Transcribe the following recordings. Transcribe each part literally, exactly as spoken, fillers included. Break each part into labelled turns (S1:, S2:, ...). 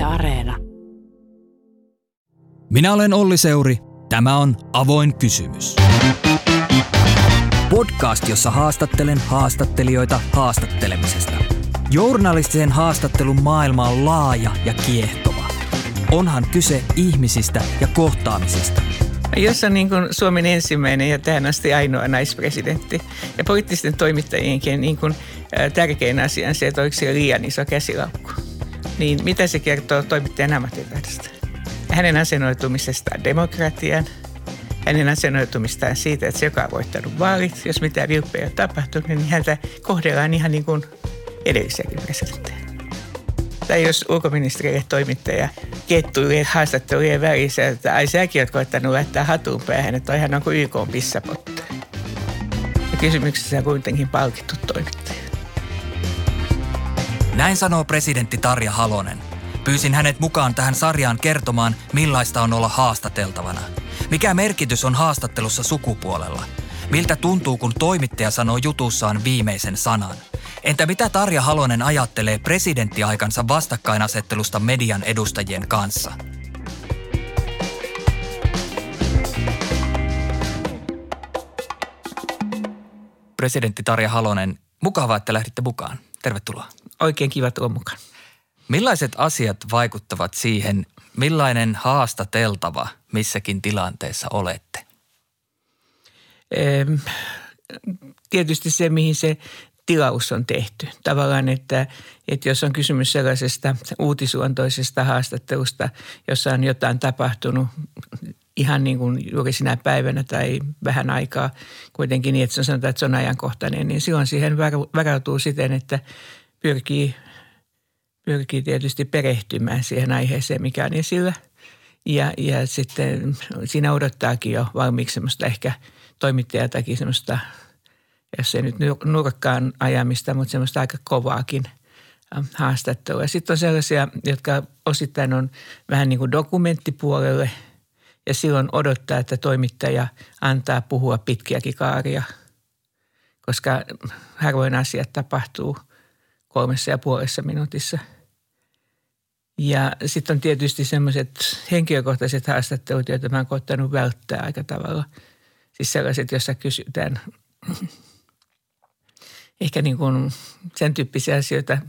S1: Areena.
S2: Minä olen Olli Seuri. Tämä on Avoin kysymys. Podcast, jossa haastattelen haastattelijoita haastattelemisesta. Journalistisen haastattelun maailma on laaja ja kiehtova. Onhan kyse ihmisistä ja kohtaamisista.
S3: Jos on niin kuin Suomen ensimmäinen ja tähän asti ainoa naispresidentti ja poliittisten toimittajienkin niin kuin tärkein asia on se, että oliko siellä liian iso käsilaukku. Niin mitä se kertoo toimittajan ammattitaidosta? Hänen asennoitumisestaan demokratiaan, hänen asennoitumistaan siitä, että se, joka on voittanut vaalit, jos mitään vilppeä on tapahtunut, niin häntä kohdellaan ihan niin kuin edellisiäkin presidenttejä. Tai jos ulkoministeriön toimittaja kettuilee haastattelujen välissä, että ai säkin oot koittanut laittaa hatun päähän, että ihan on kuin Y K:n pissapotto. Ja kysymyksessä on kuitenkin palkittu toimittaja.
S2: Näin sanoo presidentti Tarja Halonen. Pyysin hänet mukaan tähän sarjaan kertomaan, millaista on olla haastateltavana. Mikä merkitys on haastattelussa sukupuolella? Miltä tuntuu, kun toimittaja sanoo jutussaan viimeisen sanan? Entä mitä Tarja Halonen ajattelee presidenttiaikansa vastakkainasettelusta median edustajien kanssa? Presidentti Tarja Halonen, mukavaa, että lähditte mukaan. Tervetuloa.
S3: Oikein kiva tulla mukaan.
S2: Millaiset asiat vaikuttavat siihen, millainen haastateltava missäkin tilanteessa olette?
S3: Ehm, tietysti se, mihin se tilaus on tehty. Tavallaan, että, että jos on kysymys sellaisesta uutisluontoisesta haastattelusta, jossa on jotain tapahtunut ihan niin kuin juuri sinä päivänä tai vähän aikaa kuitenkin niin, että se sanotaan, että se on ajankohtainen, niin silloin siihen varautuu siten, että pyrkii, pyrkii tietysti perehtymään siihen aiheeseen, mikä on esillä. Ja, ja sitten siinä odottaakin jo valmiiksi semmoista ehkä toimittajatakin semmoista, jos ei nyt nurkkaan ajamista, mutta semmoista aika kovaakin haastattelua. Sitten on sellaisia, jotka osittain on vähän niin kuin dokumenttipuolelle ja silloin odottaa, että toimittaja antaa puhua pitkiäkin kaaria, koska harvoin asiat tapahtuu kolmessa ja puolessa minuutissa. Ja sitten on tietysti semmoiset henkilökohtaiset haastattelut, joita mä oon koittanut välttää aika tavalla. Siis sellaiset, joissa kysytään ehkä niin kuin sen tyyppisiä asioita.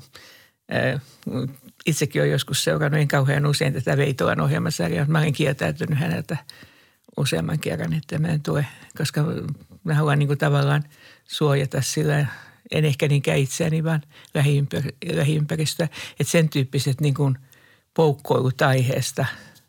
S3: Itsekin olen joskus seurannut, en kauhean usein tätä Veitolan ohjelmasarjaa, mutta mä olen kieltäytynyt häneltä useamman kerran, että mä en tule, koska mä haluan niin kuin tavallaan suojata sillä, en ehkä niinkään itseäni, vaan lähiympär- lähiympäristöä. Että sen tyyppiset niin kuin poukkoilut aiheesta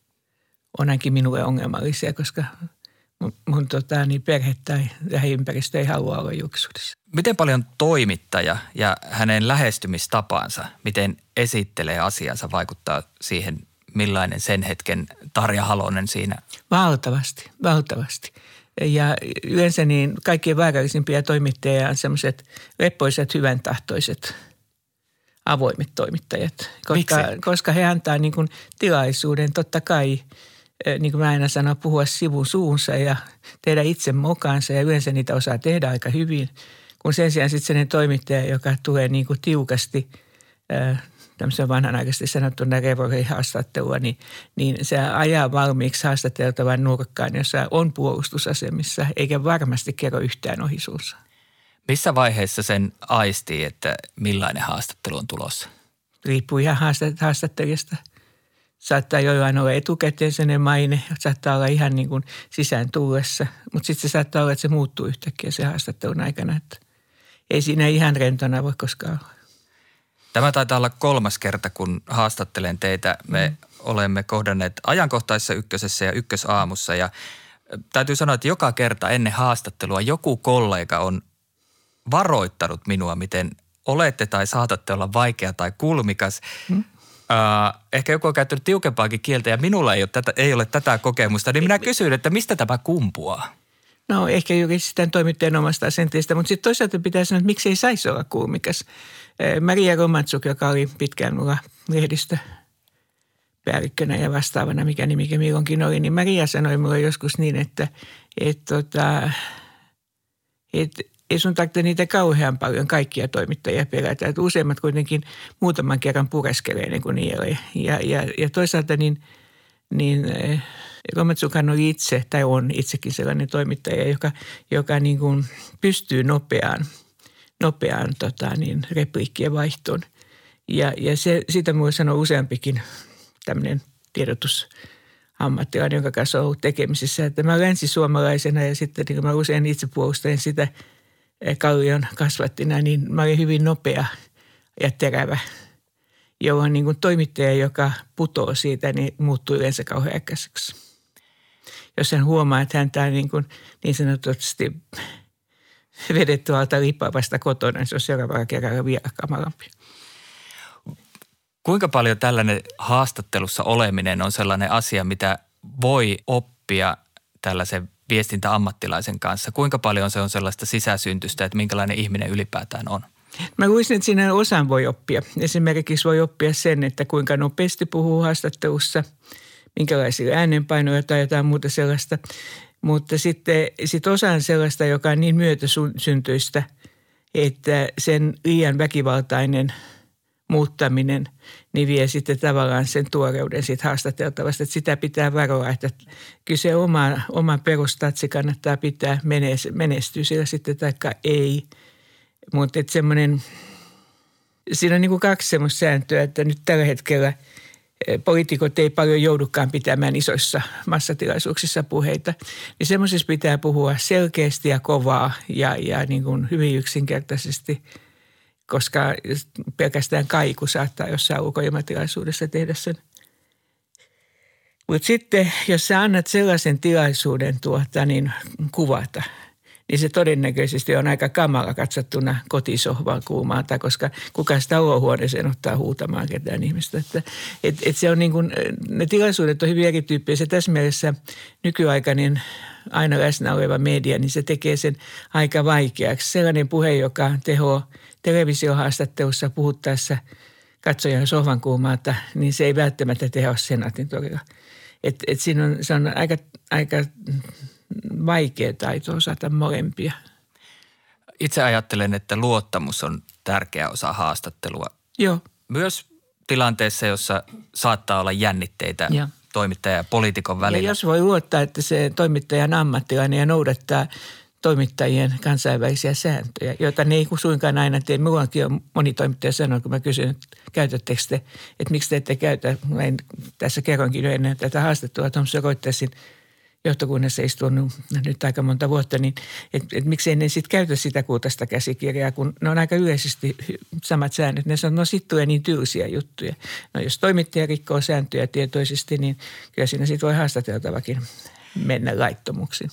S3: on ainakin minulle ongelmallisia, koska mun, mun tota, niin perhe tai lähiympäristö ei halua olla julkisuudessa.
S2: Miten paljon toimittaja ja hänen lähestymistapansa, miten esittelee asiansa, vaikuttaa siihen, millainen sen hetken Tarja Halonen siinä?
S3: Valtavasti, valtavasti. Ja yleensä niin kaikkien vaarallisimpia toimittajia on semmoiset leppoiset, hyvän tahtoiset, avoimet toimittajat. Koska, koska he antaa niin kuin tilaisuuden totta kai, niin kuin mä aina sanon, puhua sivun suunsa ja tehdä itse mokansa ja yleensä niitä osaa tehdä aika hyvin. Kun sen sijaan sitten sellainen toimittaja, joka tulee niin kuin tiukasti, tämmöisen vanhanaikaisesti sanottuna revolverihaastattelua, niin, niin se ajaa valmiiksi haastateltavan nurkkaan, jossa on puolustusasemissa, eikä varmasti kerro yhtään ohi suunsa.
S2: Missä vaiheessa sen aistii, että millainen haastattelu on tulossa?
S3: Riippuu ihan haastattelijasta. Saattaa jollain olla etukäteen sellainen maine, saattaa olla ihan niin kuin sisään tullessa, mutta sitten se saattaa olla, että se muuttuu yhtäkkiä se haastattelun aikana, että ei siinä ihan rentona voi koskaan olla.
S2: Tämä taitaa olla kolmas kerta, kun haastattelen teitä. Me mm. olemme kohdanneet ajankohtaisessa ykkösessä ja ykkösaamussa ja täytyy sanoa, että joka kerta ennen haastattelua joku kollega on varoittanut minua, miten olette tai saatatte olla vaikea tai kulmikas. Mm. Uh, ehkä joku on käyttänyt tiukempaakin kieltä ja minulla ei ole tätä, ei ole tätä kokemusta, niin minä kysyn, että mistä tämä kumpuaa?
S3: No ehkä juuri sitä toimittajan omasta asenteesta, mutta sitten toisaalta pitää sanoa, että miksi ei saisi olla kulmikas. Maria Romantsuk, joka oli pitkään mulla lehdistöpäällikkönä ja vastaavana, mikä nimikin milloinkin oli, niin Maria sanoi mulle joskus niin, että et, tota, et, ei sun tarvitse niitä kauhean paljon kaikkia toimittajia pelätä. Että useimmat kuitenkin muutaman kerran pureskelee ennen kuin nielee. Ja, ja, ja toisaalta niin, niin Rometsukan oli itse, tai on itsekin sellainen toimittaja, joka, joka niin kuin pystyy nopeaan, nopeaan tota niin, repliikkien vaihtoon. Ja, ja se, sitä voi sanoa useampikin tämmöinen tiedotusammattilainen, jonka kanssa on ollut tekemisissä. Että mä länsisuomalaisena ja sitten niin mä usein itse puolustan sitä Kallion kasvattina, niin mä olin hyvin nopea ja terävä, jolloin niin kuin toimittaja, joka putoo siitä, niin muuttuu yleensä kauhean äkäiseksi. Jos hän huomaa, että häntä on niin, kuin, niin sanotusti vedetty alta lipaavasta kotona, niin se on seuraavalla kerralla vielä kamalampi.
S2: Kuinka paljon tällainen haastattelussa oleminen on sellainen asia, mitä voi oppia tällaisen viestintäammattilaisen kanssa? Kuinka paljon se on sellaista sisäsyntystä, että minkälainen ihminen ylipäätään on?
S3: Mä luisin, että siinä osan voi oppia. Esimerkiksi voi oppia sen, että kuinka nopeasti puhuu haastattelussa, minkälaisilla äänenpainoilla tai jotain muuta sellaista. Mutta sitten sit osan sellaista, joka on niin myötäsyntyistä, että sen liian väkivaltainen muuttaminen, niin vie sitten tavallaan sen tuoreuden siitä haastateltavasta. Että sitä pitää varoa, että kyllä se oma, oma perustatsi kannattaa pitää menestyä sillä sitten taikka ei. Mutta että semmoinen, siinä on niin kuin kaksi semmoista sääntöä, että nyt tällä hetkellä poliitikot ei paljon joudukaan pitämään isoissa massatilaisuuksissa puheita. Niin semmoisessa pitää puhua selkeästi ja kovaa ja, ja niin kuin hyvin yksinkertaisesti, koska pelkästään kaiku saattaa jossain ulkoilmatilaisuudessa tehdä sen. Mutta sitten, jos sä annat sellaisen tilaisuuden tuota, niin kuvata, niin se todennäköisesti on aika kamala katsottuna kotisohvan kuumalta, koska kuka sitä olohuoneeseen ottaa huutamaan ketään ihmistä. Että, et, et se on niin kuin, ne tilaisuudet on hyvin erityyppisiä. Tässä mielessä nykyaikainen aina läsnä oleva media, niin se tekee sen aika vaikeaksi. Sellainen puhe, joka tehoo televisiohaastattelussa puhuttaessa katsojan sohvan kuumalta, niin se ei välttämättä teho Senaatin torilla. Et, et siinä on, se on aika, aika vaikea taito osata molempia.
S2: Itse ajattelen, että luottamus on tärkeä osa haastattelua.
S3: Joo.
S2: Myös tilanteessa, jossa saattaa olla jännitteitä ja toimittaja ja poliitikon välillä.
S3: Ja jos voi luottaa, että se toimittaja on ammattilainen ja noudattaa toimittajien kansainvälisiä sääntöjä, joita ne ei suinkaan aina tee. Minullakin on moni toimittaja sanonut, kun mä kysyn, että käytättekö te, että miksi te ette käytä. Mä en, tässä kerronkin jo ennen tätä haastattelua Thomson Reutersin johtokunnassa istunut nyt aika monta vuotta, niin että et miksei ne sitten käytä sitä kultaista käsikirjaa, kun ne on aika yleisesti samat säännöt. Ne sanoo, no sit tulee niin tylsiä juttuja. No jos toimittaja rikkoo sääntöjä tietoisesti, niin kyllä siinä sitten voi haastateltavakin mennä laittomuksiin.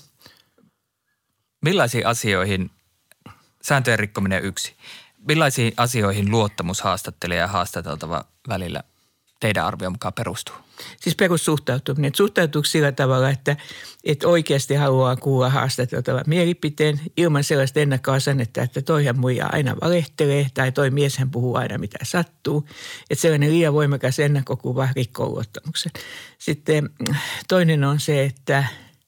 S2: Millaisiin asioihin, sääntöjen rikkominen yksi, millaisiin asioihin luottamushaastattelija ja haastateltava välillä teidän arvion mukaan perustuu?
S3: Siis perussuhtautuminen. Suhtautuuko sillä tavalla, että, että oikeasti haluaa kuulla haastateltavan mielipiteen ilman sellaista ennakkoasennetta, että toihan muija aina valehtelee tai toi mieshän puhuu aina mitä sattuu. Että sellainen liian voimakas ennakkokuva rikkoo luottamuksen. Sitten toinen on se, että,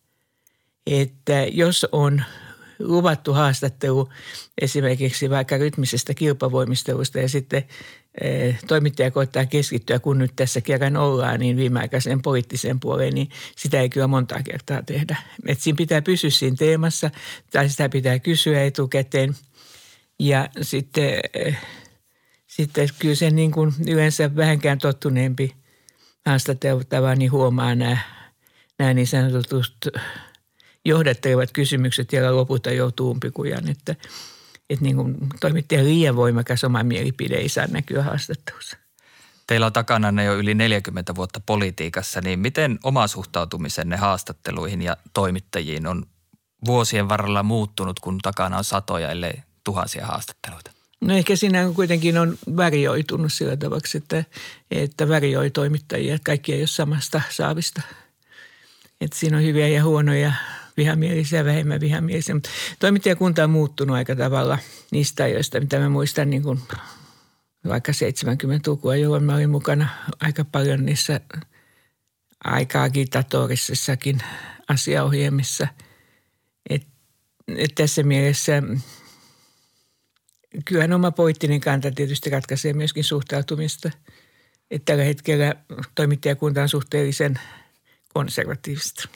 S3: että jos on luvattu haastattelu esimerkiksi vaikka rytmisestä kilpavoimistelusta ja sitten e, toimittaja koittaa keskittyä, kun nyt tässä kerran ollaan, niin viimeaikaiseen poliittiseen puoleen, niin sitä ei kyllä monta kertaa tehdä. Et siinä pitää pysyä siinä teemassa tai sitä pitää kysyä etukäteen ja sitten, e, sitten kyllä se niin kuin yleensä vähänkään tottuneempi haastateltava niin huomaa nämä, nämä niin sanotut johdattelevat kysymykset, joilla lopulta joutuu umpikujaan, että, että niin kuin toimittajan liian voimakas oma mielipide ei saa näkyä haastattelussa.
S2: Teillä on takananne jo yli neljäkymmentä vuotta politiikassa, niin miten oma suhtautumisenne haastatteluihin ja toimittajiin on vuosien varrella muuttunut, kun takana on satoja, ellei tuhansia haastatteluita?
S3: No ehkä siinä kuitenkin on värioitunut sillä tavaksi, että, että värioi toimittajia, että kaikki ei ole samasta saavista. Että siinä on hyviä ja huonoja, vihamielisiä ja vähemmän vihamielisiä. Mutta toimittajakunta on muuttunut aika tavalla niistä ajoista, mitä mä muistan niin kuin vaikka seitsemänkymmentälukua, jolloin mä olin mukana aika paljon niissä aika agitatorisissakin asiaohjelmissa. Et, et tässä mielessä kyllähän oma poliittinen kanta tietysti ratkaisee myöskin suhtautumista. Että tällä hetkellä toimittajakunta on suhteellisen konservatiivista.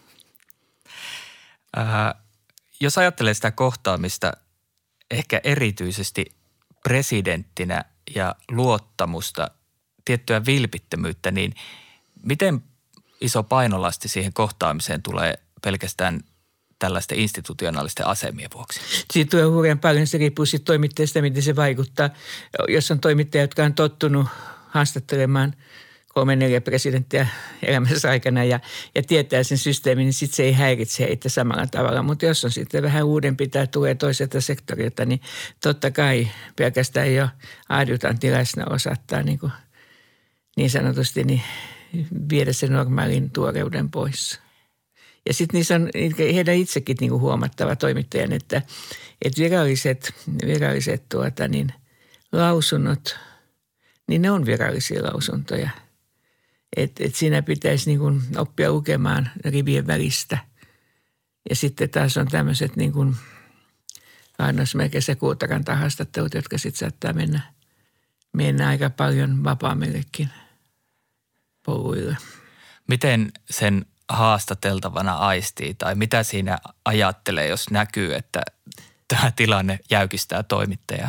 S2: Äh, jos ajattelee sitä kohtaamista ehkä erityisesti presidenttinä ja luottamusta, tiettyä vilpittömyyttä, niin miten iso painolasti siihen kohtaamiseen tulee pelkästään tällaisten institutionaalisten asemien vuoksi?
S3: Siitä tulee hurjan paljon, se riippuu siitä toimittajasta, miten se vaikuttaa. Jos on toimittaja, jotka on tottunut haastattelemaan kolme neljä presidenttiä elämänsä aikana ja, ja tietää sen systeemin, niin sitten se ei häiritse heitä samalla tavalla. Mutta jos on sitten vähän uudempi tai tulee toiselta sektorilta, niin totta kai pelkästään jo adjutantin läsnäolo saattaa niin, kuin, niin sanotusti niin viedä sen normaalin tuoreuden pois. Ja sitten niissä on heidän itsekin niin kuin huomattava toimittajan, että, että viralliset, viralliset tuota, niin, lausunnot, niin ne on virallisia lausuntoja. Että et siinä pitäisi niin kuin oppia lukemaan rivien välistä. Ja sitten taas on tämmöiset niin kuin lainausmerkeissä kultakantaa haastattelut, jotka sitten saattaa mennä, mennä aika paljon vapaammillekin poluille.
S2: Miten sen haastateltavana aistii tai mitä siinä ajattelee, jos näkyy, että tämä tilanne jäykistää toimittajaa?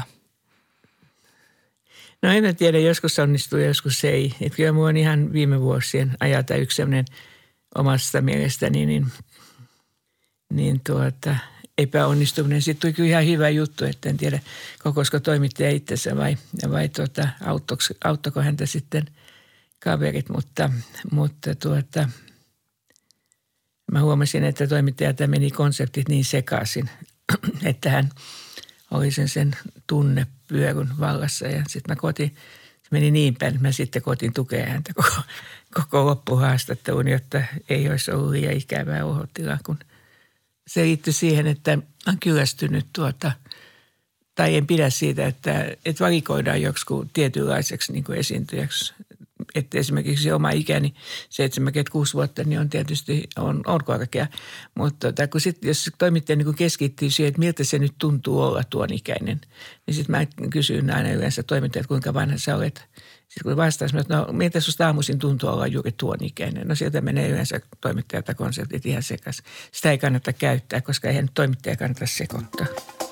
S3: No en mä tiedä, joskus onnistuu ja joskus ei. Että kyllä minulla on ihan viime vuosien ajata yksi sellainen omasta mielestäni niin, niin tuota, epäonnistuminen. Sitten tuli kyllä ihan hyvä juttu, että en tiedä kokosko toimittaja itsensä vai, vai tuota, auttako häntä sitten kaverit, mutta, mutta tuota, mä huomasin, että toimittajalta meni konseptit niin sekaisin, että hän oli sen, sen tunnepyöryn vallassa ja sitten mä kotin, se meni niin päin, että mä sitten kotin tukea häntä koko, koko loppuhaastattelun, jotta ei olisi ollut liian ikävää olotilaa, kun se liittyi siihen, että on kyllästynyt tuota, tai en pidä siitä, että, että valikoidaan joksikin tietynlaiseksi niin kuin esiintyjäksi. Että esimerkiksi oma ikäni, seitsemänkymmentäkuusi vuotta, niin on tietysti on, on korkea. Mutta tota, kun sit, jos toimittaja niin keskittyy siihen, että miltä se nyt tuntuu olla tuon ikäinen, niin sitten mä kysyn aina yleensä toimittajat, kuinka vanha sä olet. Sitten kun vastaus, että no miltä susta aamuisin tuntuu olla juuri tuon ikäinen. No sieltä menee yleensä toimittajalta konseptit ihan sekaisin. Sitä ei kannata käyttää, koska eihän toimittaja kannata sekoittaa.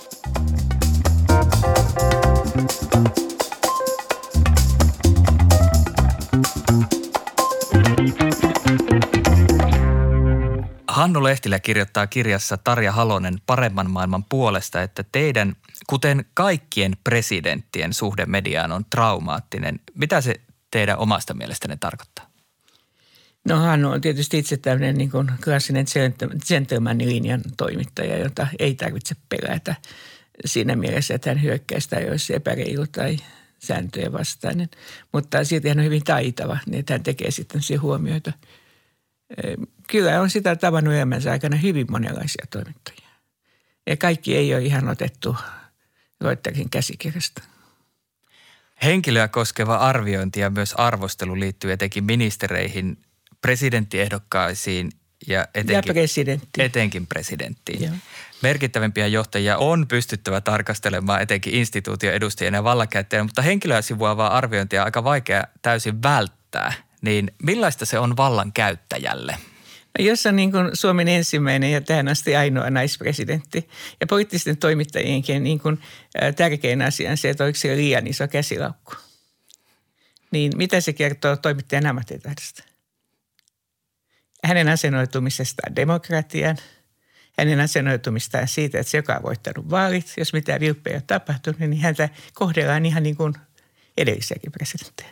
S2: Hannu Lehtilä kirjoittaa kirjassa Tarja Halonen Paremman maailman puolesta, että teidän, kuten kaikkien presidenttien suhde mediaan on traumaattinen. Mitä se teidän omasta mielestänne tarkoittaa?
S3: No Hannu on tietysti itse tämmöinen niin kuin klassinen gentlemanin linjan toimittaja, jota ei tarvitse pelätä siinä mielessä, että hän hyökkää sitä, jos epäreilu tai sääntöjen vastainen. Mutta silti hän on hyvin taitava, niin että hän tekee sitten siihen huomioita. Kyllä on sitä tavannut elämänsä aikana hyvin monenlaisia toimittajia. Ja kaikki ei ole ihan otettu Reutersin käsikirjasta.
S2: Henkilöä koskeva arviointi ja myös arvostelu liittyy etenkin ministereihin, presidenttiehdokkaisiin ja etenkin,
S3: ja presidentti.
S2: etenkin presidenttiin.
S3: Joo.
S2: Merkittävimpiä johtajia on pystyttävä tarkastelemaan etenkin instituution edustajien ja vallankäyttäjien, mutta henkilöä sivuavaa arviointia on aika vaikea täysin välttää. Niin millaista se on vallankäyttäjälle?
S3: No, jos on niin kuin Suomen ensimmäinen ja tähän asti ainoa naispresidentti ja poliittisten toimittajienkin niin kuin tärkein asia on se, että oliko siellä liian iso käsilaukku. Niin mitä se kertoo toimittajan ammattitaidosta? Hänen asennoitumisestaan demokratiaan, hänen asennoitumistaan siitä, että se, joka on voittanut vaalit, jos mitään vilppejä on tapahtunut, niin häntä kohdellaan ihan niin kuin edellisiäkin presidenttejä.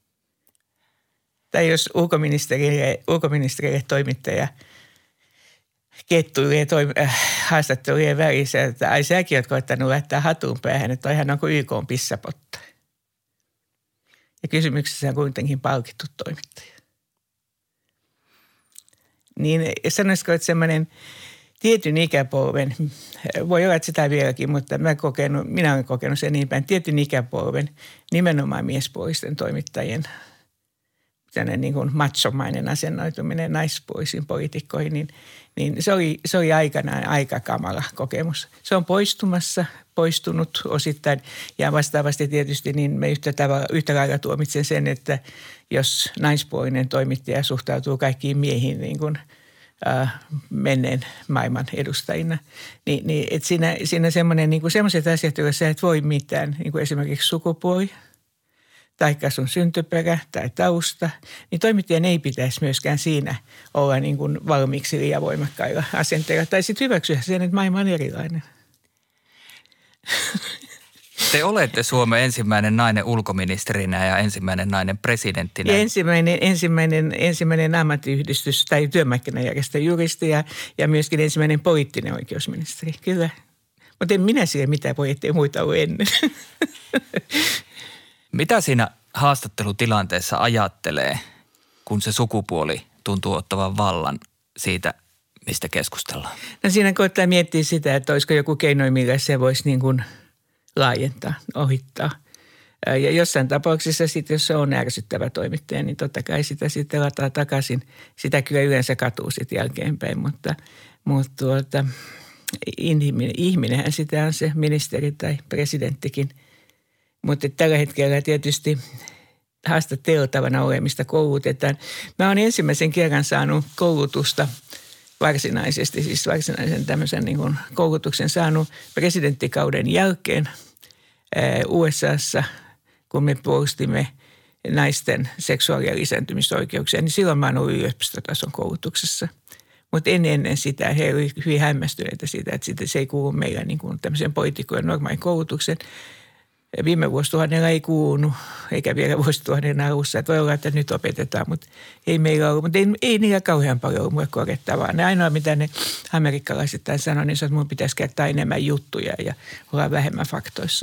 S3: Tai jos ulkoministerille, ulkoministerille toimittaja kettuilee toim- äh, haastattelujen välissä, että ai säkin oot koittanut laittaa hatun päähän, että toihan on kuin Y K:n pissapotta. Ja kysymyksessä on kuitenkin palkittu toimittaja. Niin sanoisiko, että semmoinen tietyn ikäpolven, voi olla, että sitä vieläkin, mutta mä kokenut, minä olen kokenut sen niin päin, tietyn ikäpolven nimenomaan miespuolisten toimittajien sellainen niin kuin machomainen asennoituminen naispuolisiin poliitikkoihin, niin, niin se, oli, se oli aikanaan aika kamala kokemus. Se on poistumassa, poistunut osittain ja vastaavasti tietysti niin me yhtä, tavalla, yhtä lailla tuomitsen sen, että jos naispuolinen toimittaja suhtautuu kaikkiin miehiin niin kuin äh, menneen maailman edustajina, niin, niin että siinä, siinä semmoinen, niin kuin sellaiset asiat, joilla sä et voi mitään, niin kuin esimerkiksi sukupuoli, taikka sun syntyperä tai tausta, niin toimittajan ei pitäisi myöskään siinä olla niin kuin valmiiksi liian voimakkailla asenteilla. Tai sitten hyväksyä sen, että maailma on erilainen.
S2: Te olette Suomen ensimmäinen nainen ulkoministerinä ja ensimmäinen nainen presidenttinä.
S3: Ja ensimmäinen, ensimmäinen, ensimmäinen ammattiyhdistys- tai työmarkkinajärjestön juristi ja, ja myöskin ensimmäinen poliittinen oikeusministeri. Kyllä. Mutta en minä siihen mitään voi, ettei muita ollut ennen.
S2: Mitä siinä haastattelutilanteessa ajattelee, kun se sukupuoli tuntuu ottavan vallan siitä, mistä keskustellaan?
S3: No siinä koittaa miettiä sitä, että olisiko joku keino, millä se voisi niin kuin laajentaa, ohittaa. Ja jossain tapauksessa sitten, jos se on ärsyttävä toimittaja, niin totta kai sitä sitten lataa takaisin. Sitä kyllä yleensä katuu sitten jälkeenpäin, mutta, mutta tuota, ihminen, ihminenhän sitä on se ministeri tai presidenttikin. Mutta tällä hetkellä tietysti haastateltavana olemista koulutetaan. Mä oon ensimmäisen kerran saanut koulutusta varsinaisesti, siis varsinaisen tämmöisen niin kuin koulutuksen saanut presidenttikauden jälkeen U S A:ssa, kun me puolustimme naisten seksuaali- ja lisääntymisoikeuksia, niin silloin mä oon ollut yliopistotason koulutuksessa. Mutta ennen, ennen sitä he olivat hyvin hämmästyneitä siitä, että se ei kuulu meillä niin kuin tämmöisen poliitikkojen normaalin koulutuksen. Viime vuosituhannella ei kuulunut, eikä vielä vuosituhannen alussa. Että voi olla, että nyt opetetaan, mutta ei meillä ollut. Mutta ei, ei niillä kauhean paljon ollut mulle korjattavaa. Ne ainoa, mitä ne amerikkalaiset sanoi, niin se, että mun pitäisi kertaa enemmän juttuja ja olla vähemmän faktoissa.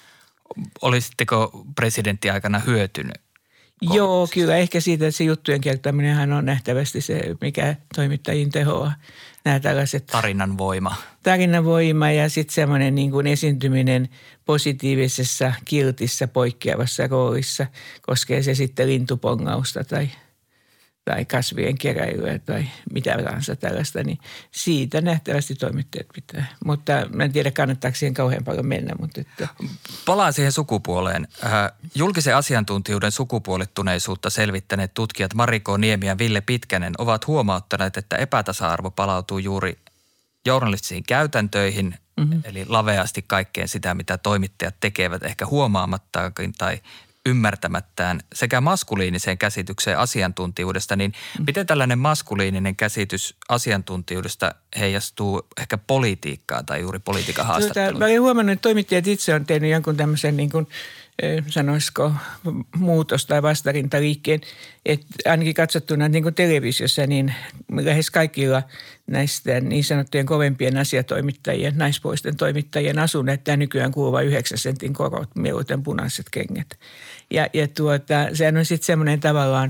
S2: Olisitteko presidenttiaikana hyötynyt?
S3: Joo, kyllä. Ehkä siitä, että se juttujen kertaaminenhan on nähtävästi se, mikä toimittajien tehoa. Nämä tällaiset
S2: Tarinan voima.
S3: Tarinan voima ja sitten semmoinen niin kuin esiintyminen positiivisessa, kiltissä, poikkeavassa roolissa. Koskee se sitten lintupongausta tai, tai kasvien keräilyä tai mitä tahansa tällaista. Niin siitä nähtävästi toimittajat pitää. Mutta mä en tiedä, kannattaako siihen kauhean paljon mennä. Mutta että.
S2: Palaan siihen sukupuoleen. Äh, julkisen asiantuntijuuden sukupuolittuneisuutta selvittäneet tutkijat Mariko Niemi ja Ville Pitkänen ovat huomauttaneet, että epätasa-arvo palautuu juuri journalistisiin käytäntöihin, mm-hmm. eli laveasti kaikkeen sitä, mitä toimittajat tekevät ehkä huomaamattaankin tai ymmärtämättään sekä maskuliiniseen käsitykseen asiantuntijuudesta, niin mm. miten tällainen maskuliininen käsitys asiantuntijuudesta heijastuu ehkä politiikkaan tai juuri politiikan haastatteluun?
S3: Mä olen huomannut, että toimittajat itse on tehnyt jonkun tämmöisen niin kuin, sanoisiko muutos- tai vastarintaliikkeen, että ainakin katsottuna niin kuin televisiossa, niin lähes kaikilla näistä niin sanottujen kovempien asiatoimittajien, naispuolisten toimittajien asu näyttää nykyään kuuluva yhdeksän sentin korot, mieluiten punaiset kengät. Ja, ja tuota, sehän on sitten semmoinen tavallaan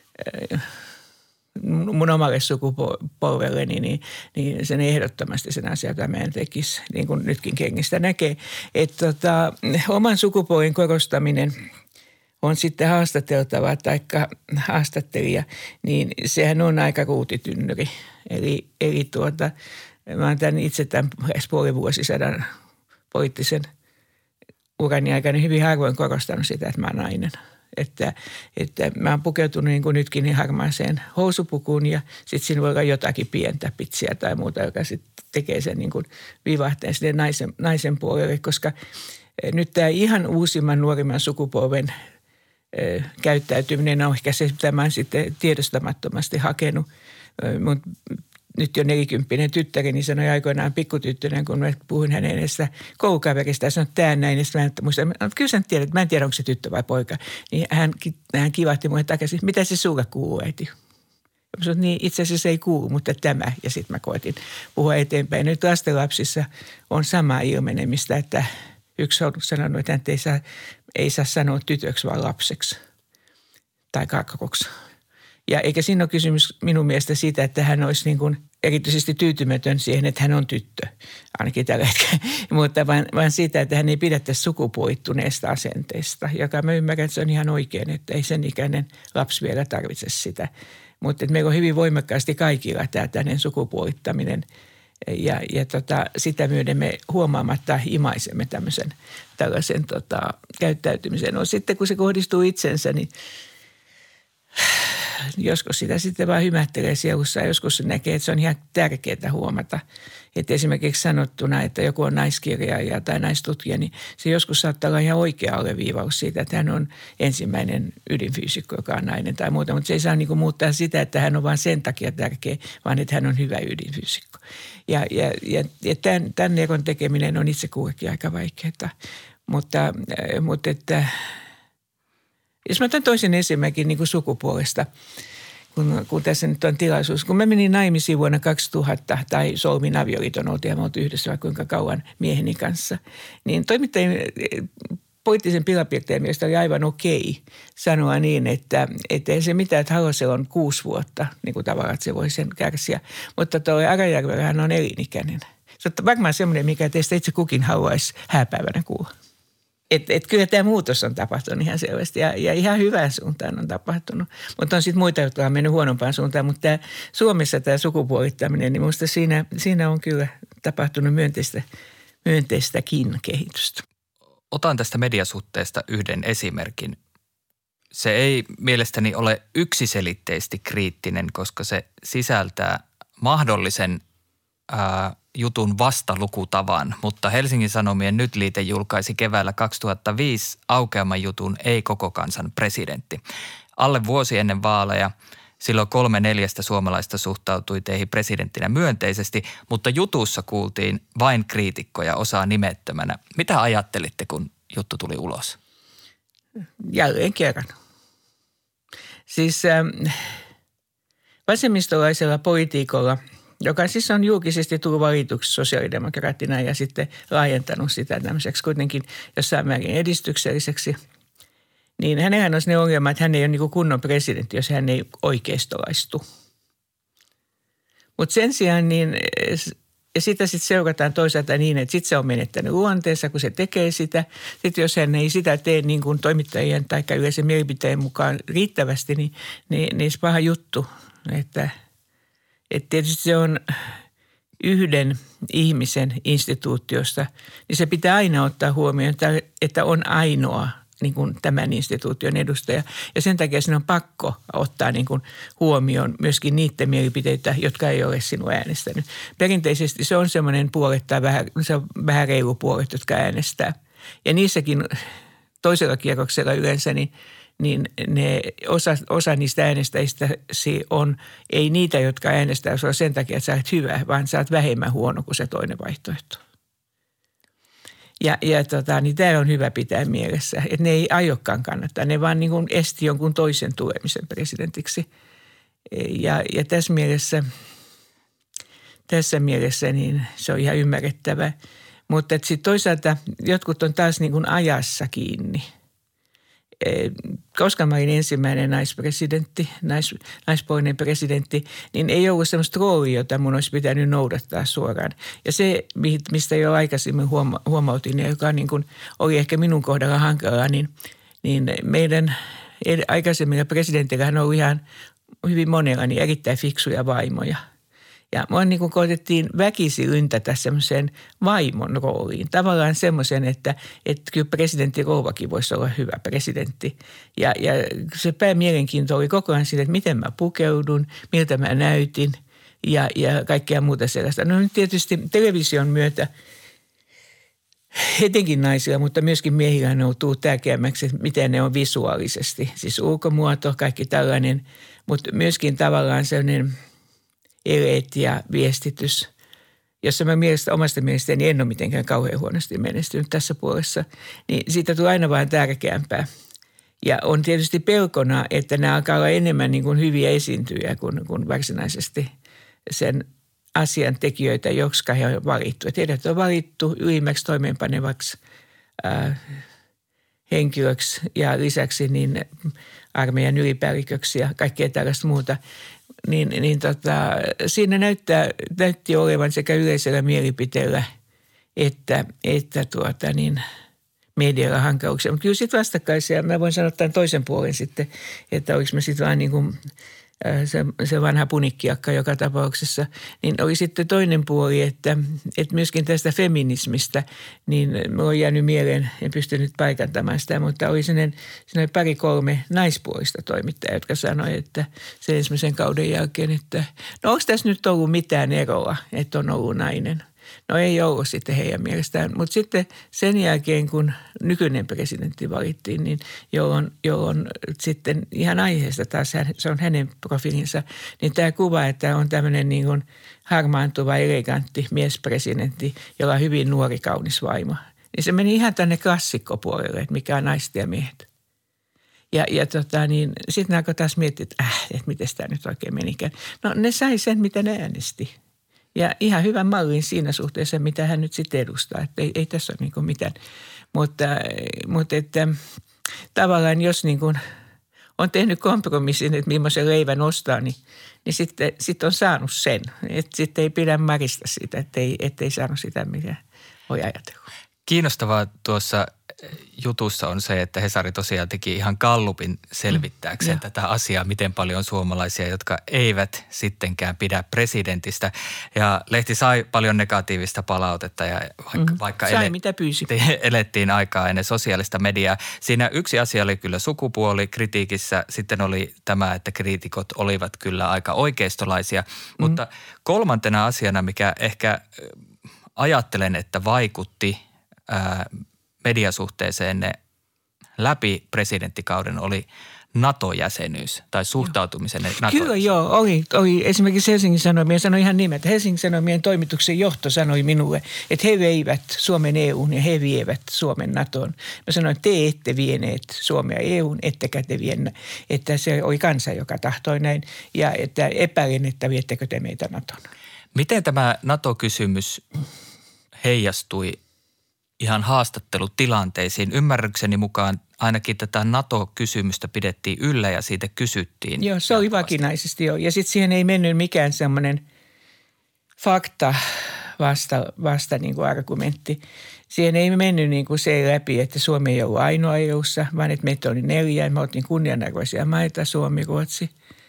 S3: mun omalle sukupolvelleni, niin, niin sen ehdottomasti sen asian, jota mä en tekisi, niin kuin nytkin kengistä näkee. Että tota, oman sukupuolen korostaminen on sitten haastateltava tai haastattelija, niin sehän on aika ruutitynnyri. Eli, eli tuota, mä oon tämän itse tämän puolen vuosisadan poliittisen urani aikana hyvin harvoin korostanut sitä, että mä oon nainen. Että, että mä oon pukeutunut niin kuin nytkin niin harmaaseen housupukuun ja sitten siinä voi olla jotakin pientä pitsiä tai muuta, joka sitten tekee sen niin kuin vivahteen sinne naisen, naisen puolelle, koska nyt tämä ihan uusimman nuorimman sukupolven ö, käyttäytyminen on ehkä se, mitä mä oon sitten tiedostamattomasti hakenut. Mutta nyt jo nelikymppinen tyttäri, sanoi aikoinaan pikkutyttönä, kun mä puhuin hänen edessä koulukaverista ja sanoi, että tämä näin. Ja sitten mä muistan, että kyllä sä tiedät, mä en tiedä, onko se tyttö vai poika. Niin hän, hän kivahti mulle takaisin, mitä se sulle kuuluu, äiti? Ja mä sanoin, niin itse asiassa ei kuulu, mutta tämä. Ja sitten mä koetin puhua eteenpäin. Nyt lastenlapsissa on sama ilmenemistä, että yksi on sanonut, että hän ei saa, ei saa sanoa tytöksi, vaan lapseksi tai kakkoksi. Ja eikä siinä ole kysymys minun mielestä siitä, että hän olisi niin kuin erityisesti tyytymätön siihen, että hän on tyttö, ainakin tällä hetkellä, mutta vaan, vaan siitä, että hän ei pidä tästä sukupuolittuneesta asenteesta, joka mä ymmärrän, että se on ihan oikein, että ei sen ikäinen lapsi vielä tarvitse sitä. Mutta meillä on hyvin voimakkaasti kaikilla tämä tämmöinen sukupuolittaminen ja, ja tota, sitä myöden me huomaamatta imaisemme tämmöisen tällaisen tota, käyttäytymisen. No sitten kun se kohdistuu itsensä, niin joskus sitä sitten vaan hymähtelee sielussa ja joskus se näkee, että se on ihan tärkeää huomata. Että esimerkiksi sanottuna, että joku on naiskirjaaja tai naistutkija, niin se joskus saattaa olla ihan oikea alleviivaus siitä, että hän on ensimmäinen ydinfyysikko, joka on nainen tai muuta. Mutta se ei saa niin kuin muuttaa sitä, että hän on vain sen takia tärkeä, vaan että hän on hyvä ydinfyysikko. Ja, ja, ja, ja tämän, tämän eron tekeminen on itse kuitenkin aika vaikeaa. Mutta, mutta että jos mä otan toisen esimerkin niin kuin sukupuolesta, kun, kun tässä nyt on tilaisuus. Kun mä menin naimisiin vuonna kaksituhatta tai solmin avioliiton, oltiin ja me oltiin yhdessä vaikka kuinka kauan mieheni kanssa, niin toimittajien poliittisen pilapiirteen mielestä oli aivan okei sanoa niin, että ei se mitään, että Halosella on kuusi vuotta, niin kuin tavallaan, että se voi sen kärsiä. Mutta tuo Arajärvellä hän on elinikäinen. Se on varmaan semmoinen, mikä teistä itse kukin haluaisi hääpäivänä kuulla. Että et kyllä tämä muutos on tapahtunut ihan selvästi ja, ja ihan hyvään suuntaan on tapahtunut. Mutta on sitten muita, jotka on mennyt huonompaan suuntaan. Mutta tämä, Suomessa tämä sukupuolittaminen, niin minusta siinä, siinä on kyllä tapahtunut myönteistä, myönteistäkin kehitystä.
S2: Otan tästä mediasuhteesta yhden esimerkin. Se ei mielestäni ole yksiselitteisesti kriittinen, koska se sisältää mahdollisen ää, jutun vastalukutavan, mutta Helsingin Sanomien Nyt-liite julkaisi keväällä kaksituhattaviisi aukeaman jutun Ei koko kansan presidentti. Alle vuosi ennen vaaleja silloin kolme neljästä suomalaista suhtautui teihin presidenttinä myönteisesti, mutta jutussa kuultiin vain kriitikkoja, osaa nimettömänä. Mitä ajattelitte, kun juttu tuli ulos?
S3: Jälleen kerran. Siis äh, vasemmistolaisella politiikolla, joka siis on julkisesti tullut valituksi sosiaalidemokraattina ja sitten laajentanut sitä tämmöiseksi kuitenkin jossain määrin edistykselliseksi, niin hänellä on ne ongelma, että hän ei ole niin kuin kunnon presidentti, jos hän ei oikeistolaistu. Mutta sen sijaan niin, ja sitä sitten seurataan toisaalta niin, että sitten se on menettänyt luonteensa, kun se tekee sitä. Sitten jos hän ei sitä tee niin kuin toimittajien tai yleisen mielipiteen mukaan riittävästi, niin, niin, niin se paha juttu, että Että tietysti se on yhden ihmisen instituutiosta, niin se pitää aina ottaa huomioon, että on ainoa niin kuin tämän instituution edustaja. Ja sen takia sinun on pakko ottaa niin kuin huomioon myöskin niiden mielipiteitä, jotka ei ole sinua äänestänyt. Perinteisesti se on semmoinen puolet tai vähän, se on vähän reilu puolet, jotka äänestää. Ja niissäkin toisella kierroksella yleensä niin niin ne osa, osa niistä äänestäjistä on, ei niitä, jotka äänestää sinua sen takia, että sä olet hyvä, vaan sä olet vähemmän huono kuin se toinen vaihtoehto. Ja, ja tota, niin tämä on hyvä pitää mielessä, että ne ei aiokkaan kannattaa, ne vaan niin kuin esti jonkun toisen tulemisen presidentiksi. Ja, ja tässä mielessä, tässä mielessä niin se on ihan ymmärrettävä, mutta sitten toisaalta jotkut on taas niin kuin ajassa kiinni. Koska mä olin ensimmäinen naispresidentti, nais, naispuolinen presidentti, niin ei ollut sellaista roolia, jota mun olisi pitänyt noudattaa suoraan. Ja se, mistä jo aikaisemmin huoma- huomautin ja joka niin kuin oli ehkä minun kohdalla hankalaa, niin, niin meidän aikaisemmilla presidentillä on ollut ihan hyvin monella niin erittäin fiksuja vaimoja. Ja mua niin kuin koetettiin väkisin yntätä semmoiseen vaimon rooliin. Tavallaan semmoisen, että, että kyllä presidentti rouvakin voisi olla hyvä presidentti. Ja, ja se päämielenkiinto oli koko ajan siitä, että miten mä pukeudun, miltä mä näytin ja, ja kaikkea muuta sellaista. No nyt tietysti television myötä etenkin naisilla, mutta myöskin miehillä ne on tullut tärkeämmäksi, että miten ne on visuaalisesti. Siis ulkomuoto, kaikki tällainen, mutta myöskin tavallaan sellainen eleet ja viestitys, jossa mä mielestä, omasta mielestäni en ole mitenkään kauhean huonosti menestynyt tässä puolessa, niin siitä tulee aina vaan tärkeämpää. Ja on tietysti pelkona, että nämä alkaa olla enemmän niin kuin hyviä esiintyjä kuin, kuin varsinaisesti sen asian tekijöitä, jotka he on valittu. Että heidät on valittu ylimmäksi toimeenpanevaksi äh, henkilöksi ja lisäksi niin armeijan ylipäälliköksi ja kaikkea tällaista muuta. Niin, niin tota, siinä näyttää, näytti olevan sekä yleisellä mielipiteellä että, että tuota niin, medialla hankauksia. Mutta kyllä sitten vastakkaisia, mä voin sanoa tämän toisen puolen sitten, että oliko mä sitten vaan niin kuin se, se vanha punikkiakka joka tapauksessa, niin oli sitten toinen puoli, että, että myöskin tästä feminismistä, niin minulla on jäänyt mieleen, en pystynyt paikantamaan sitä, mutta oli sellainen, sellainen pari kolme naispuolista toimittajaa, jotka sanoi, että sen ensimmäisen kauden jälkeen, että no onko tässä nyt ollut mitään eroa, että on ollut nainen? No ei ollut sitten heidän mielestään, mutta sitten sen jälkeen, kun nykyinen presidentti valittiin, niin jolloin, jolloin sitten ihan aiheesta taas se on hänen profiilinsa, niin tämä kuva, että on tämmöinen niin kuin harmaantuva, elegantti miespresidentti, jolla on hyvin nuori, kaunis vaimo, niin se meni ihan tänne klassikkopuolelle, että mikä on naiset ja miehet. Ja, ja tota, niin sitten ne alkoi taas miettiä, että, äh, että miten tämä nyt oikein menikään. No ne sai sen, mitä ne äänesti. Ja ihan hyvän mallin siinä suhteessa, mitä hän nyt sitten edustaa. Että ei, ei tässä ole niin kuin mitään. Mutta, mutta että, tavallaan jos niin kuin on tehnyt kompromissin, että millaisen leivän ostaa, niin, niin sitten, sitten on saanut sen. Että sitten ei pidä marista sitä, että ei, ettei saanut sitä, mitä voi ajatella.
S2: Kiinnostavaa tuossa jutussa on se, että Hesari tosiaan teki ihan gallupin selvittääkseen mm, tätä asiaa, miten paljon on suomalaisia, jotka eivät sittenkään pidä presidentistä. Ja lehti sai paljon negatiivista palautetta ja vaikka, mm, vaikka
S3: sai, ele- mitä pyysi.
S2: elettiin aikaa ennen sosiaalista mediaa. Siinä yksi asia oli kyllä sukupuoli kritiikissä, sitten oli tämä, että kriitikot olivat kyllä aika oikeistolaisia, mm. mutta kolmantena asiana, mikä ehkä ajattelen, että vaikutti ää, mediasuhteeseenne läpi presidenttikauden oli NATO-jäsenyys tai suhtautumisen NATO.
S3: Kyllä joo, oli, oli. Esimerkiksi Helsingin Sanomien sanoi ihan nimet. Helsingin Sanomien toimituksen johto sanoi minulle, että he veivät Suomen E U:n ja he vievät Suomen NATOon. Mä sanoin, että te ette vieneet Suomea E U:n, ettekä te viennä. Että se oli kansa, joka tahtoi näin ja että epäilen, että viettekö te meitä NATOon.
S2: Miten tämä NATO-kysymys heijastui ihan haastattelutilanteisiin? Ymmärrykseni mukaan ainakin tätä NATO-kysymystä pidettiin yllä ja siitä kysyttiin.
S3: Joo, se oli vakinaisesti jo. Ja sitten siihen ei mennyt mikään semmoinen fakta vasta, vasta niin kuin argumentti. Siihen ei mennyt niin kuin se läpi, että Suomi ei ollut ainoa E U:ssa, vaan että meitä oli neljä. Me oltiin kunnianarvoisia maita, Suomi, Ruotsi,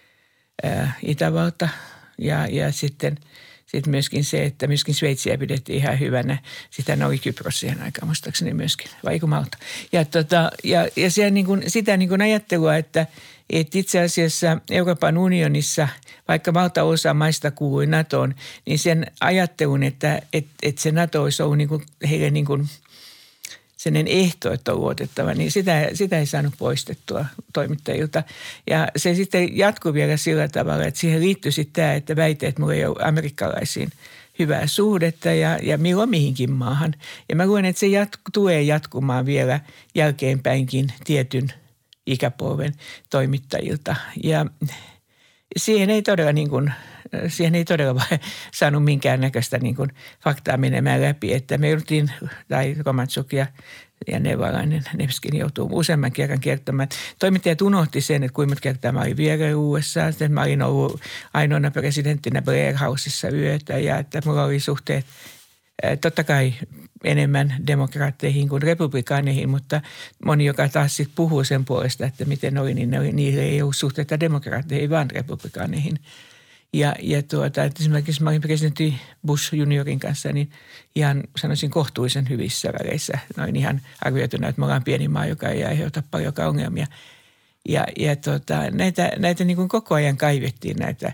S3: ää, Itävalta ja, ja sitten Sitten myöskin se, että myöskin Sveitsiä pidettiin ihan hyvänä. Sitä oli Kypros siihen aikaan, muistaakseni myöskin, vai Malta. Ja, tota, ja, ja siellä niin kuin, sitä niin kuin ajattelua, että, että itse asiassa Euroopan unionissa, vaikka valtaosa maista kuului NATOon, niin sen ajattelun, että, että, että se NATO olisi ollut niin kuin, heille niin kuin sellainen ehto, että on luotettava, niin sitä, sitä ei saanut poistettua toimittajilta. Ja se sitten jatkui vielä sillä tavalla, että siihen liittyi sitten tämä, että väite, että minulla ei ole amerikkalaisiin hyvää suhdetta ja, ja milloin mihinkin maahan. Ja mä luulen, että se jatku, tulee jatkumaan vielä jälkeenpäinkin tietyn ikäpolven toimittajilta. Ja siihen ei todella niin kuin, siihen ei todella saanut minkäännäköistä niin kuin faktaa menemään läpi, että me jouduttiin, tai Romanchuk ja, ja Nevalainen, Nevskin joutuu useamman kerran kertomaan. Toimittajat unohti sen, että kuinka kertaa mä olin vielä U S A, että mä olin ollut ainoana presidenttinä Blair Housessa yötä ja että mulla oli suhteet totta kai enemmän demokraatteihin kuin republikaaneihin, mutta moni, joka taas sitten puhuu sen puolesta, että miten oli, niin oli, niille ei ollut suhteita demokraatteihin, vaan republikaaneihin. Ja, ja tuota, että esimerkiksi mä olin presidentti Bush juniorin kanssa, niin ihan sanoisin kohtuullisen hyvissä väleissä. Noin ihan arvioituna, että me ollaan pieni maa, joka ei aiheuta paljon ongelmia. Ja, ja tuota, näitä, näitä niin kuin koko ajan kaivettiin näitä,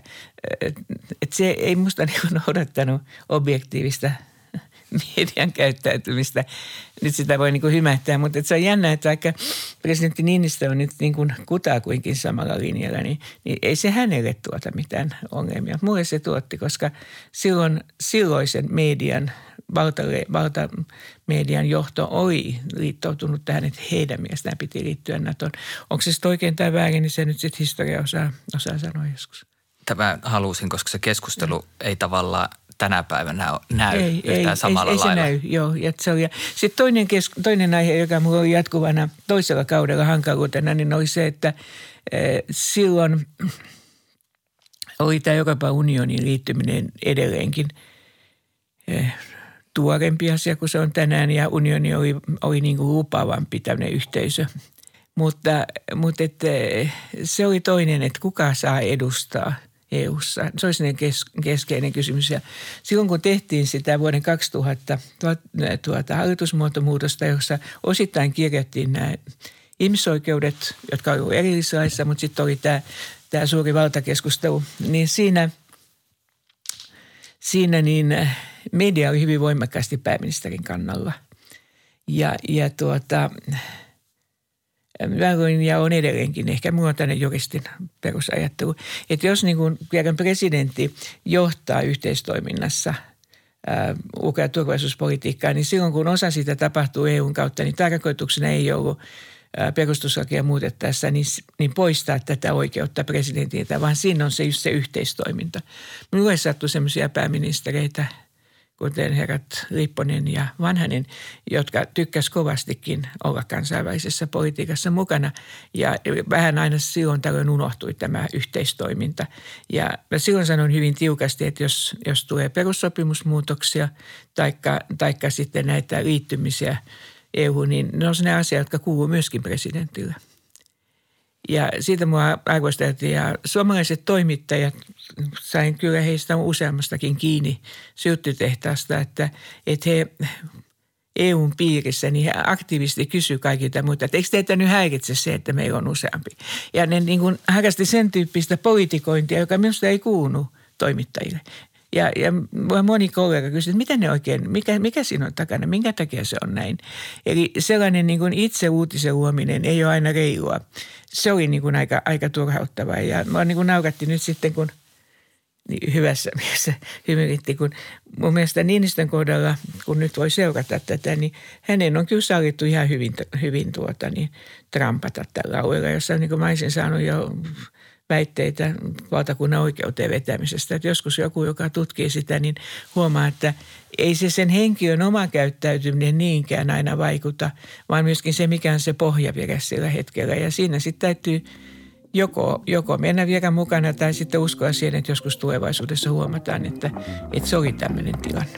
S3: että se ei musta niin kuin odottanut objektiivista median käyttäytymistä. Nyt sitä voi niin kuin hymähtää, mutta se on jännä, että vaikka presidentti Niinistö on nyt niin kuin kutakuinkin samalla linjalla, niin, niin ei se hänelle tuota mitään ongelmia. Mulle se tuotti, koska silloin silloisen median, valtalle, valtamedian johto oli liittoutunut tähän, että heidän mielestään piti liittyä NATOon. Onko se sitten oikein tai väärin, niin se nyt sitten historia osaa, osaa sanoa joskus.
S2: Tämä halusin, koska se keskustelu mm. ei tavallaan tänä päivänä näy
S3: ei,
S2: yhtään
S3: ei,
S2: samalla
S3: ei,
S2: lailla.
S3: Ei se näy, joo. Sitten toinen, kes, toinen aihe, joka minulla oli jatkuvana toisella kaudella hankaluutena, niin oli se, että, silloin oli tämä Euroopan unionin liittyminen edelleenkin tuorempi asia kuin se on tänään ja unioni oli, oli niin kuin lupaavampi tämmöinen yhteisö. Mutta, mutta että se oli toinen, että kuka saa edustaa E U:ssa. Se oli sellainen kes, keskeinen kysymys. Ja silloin kun tehtiin sitä vuoden kaksituhatta tuota, hallitusmuotomuutosta, jossa osittain kirjattiin nämä ihmisoikeudet, jotka olivat erillislaissa, mutta sitten oli tämä, tämä suuri valtakeskustelu, niin siinä, siinä niin media oli hyvin voimakkaasti pääministerin kannalla. Ja, ja tuota... Mä olin ja on edelleenkin, ehkä minulla on tänne juristin perusajattelu, että jos niin kuin presidentti johtaa yhteistoiminnassa ää, ulko- ja turvallisuuspolitiikkaa, niin silloin kun osa siitä tapahtuu E U:n kautta, niin tarkoituksena ei ollut ää, perustuslakia muutettaessa niin, niin poistaa tätä oikeutta presidentiltä, vaan siinä on se just se yhteistoiminta. Minulle sattui sellaisia pääministereitä, kuten herrat Lipponen ja Vanhanen, jotka tykkäs kovastikin olla kansainvälisessä politiikassa mukana. Ja vähän aina silloin tällöin unohtui tämä yhteistoiminta. Ja mä silloin sanoin hyvin tiukasti, että jos, jos tulee perussopimusmuutoksia taikka, taikka sitten näitä liittymisiä E U:hun, niin ne on ne asiat, jotka kuuluu myöskin presidentille. Ja siitä mua arvosteltiin ja suomalaiset toimittajat, sain kyllä heistä useammastakin kiinni sylttytehtaasta, että, että he E U:n piirissä, niin he aktiivisesti kysyivät kaikilta muita, että eikö teitä nyt häiritse se, että meillä on useampi. Ja ne niin kuin harrasti sen tyyppistä politikointia, joka minusta ei kuulu toimittajille. Ja, ja moni kollega kysyi, että miten ne oikein, mikä, mikä siinä on takana, minkä takia se on näin. Eli sellainen niin kuin itse uutisen luominen ei ole aina reilua. Se oli niin kuin aika, aika turhauttavaa ja minua niin kuin nauratti nyt sitten, kun niin hyvässä mielessä hymyritti, kun mun mielestä Niinistön kohdalla, kun nyt voi seurata tätä, niin hänen on kyllä sallittu ihan hyvin, hyvin tuota, niin trampata tällä alueella, jossa niin kuin mä olisin saanut jo väitteitä valtakunnan oikeuteen vetämisestä. Että joskus joku, joka tutkii sitä, niin huomaa, että ei se sen henkilön oma käyttäytyminen niinkään aina vaikuta, vaan myöskin se, mikä on se pohjavire sillä hetkellä. Ja siinä sitten täytyy joko, joko mennä vielä mukana tai sitten uskoa siihen, että joskus tulevaisuudessa huomataan, että, että se oli tämmöinen tilanne.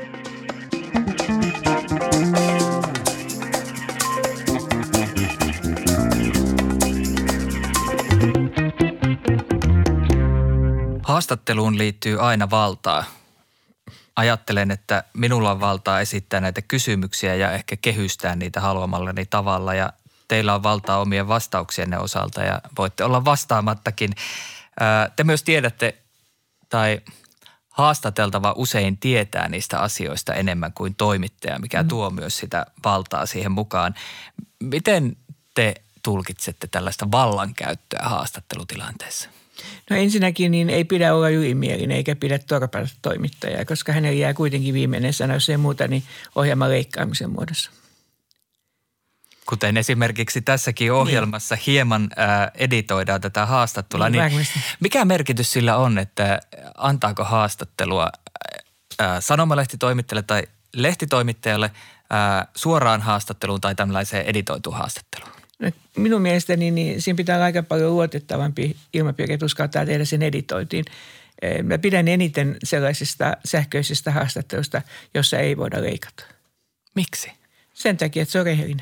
S2: Haastatteluun liittyy aina valtaa. Ajattelen, että minulla on valtaa esittää näitä kysymyksiä ja ehkä kehystää niitä haluamallani tavalla ja teillä on valtaa omien vastauksienne osalta ja voitte olla vastaamattakin. Te myös tiedätte tai haastateltava usein tietää niistä asioista enemmän kuin toimittaja, mikä mm. tuo myös sitä valtaa siihen mukaan. Miten te tulkitsette tällaista vallankäyttöä haastattelutilanteessa?
S3: No ensinnäkin niin ei pidä olla ylimielinen eikä pidä torpata toimittajaa, koska hänelle jää kuitenkin viimeinen sana, jos ei muuta, niin ohjelman leikkaamisen muodossa.
S2: Kuten esimerkiksi tässäkin ohjelmassa niin. hieman äh, editoidaan tätä haastattelua. Niin niin mikä merkitys sillä on, että antaako haastattelua äh, sanomalehtitoimittajalle tai lehtitoimittajalle äh, suoraan haastatteluun tai tällaiseen editoituun haastatteluun?
S3: No, minun mielestäni niin siinä pitää olla aika paljon luotettavampi ilmapiiri, että uskaltaa tehdä sen editoitiin. Mä pidän eniten sellaisesta sähköisestä haastattelusta, jossa ei voida leikata.
S2: Miksi?
S3: Sen takia, että se on rehellinen.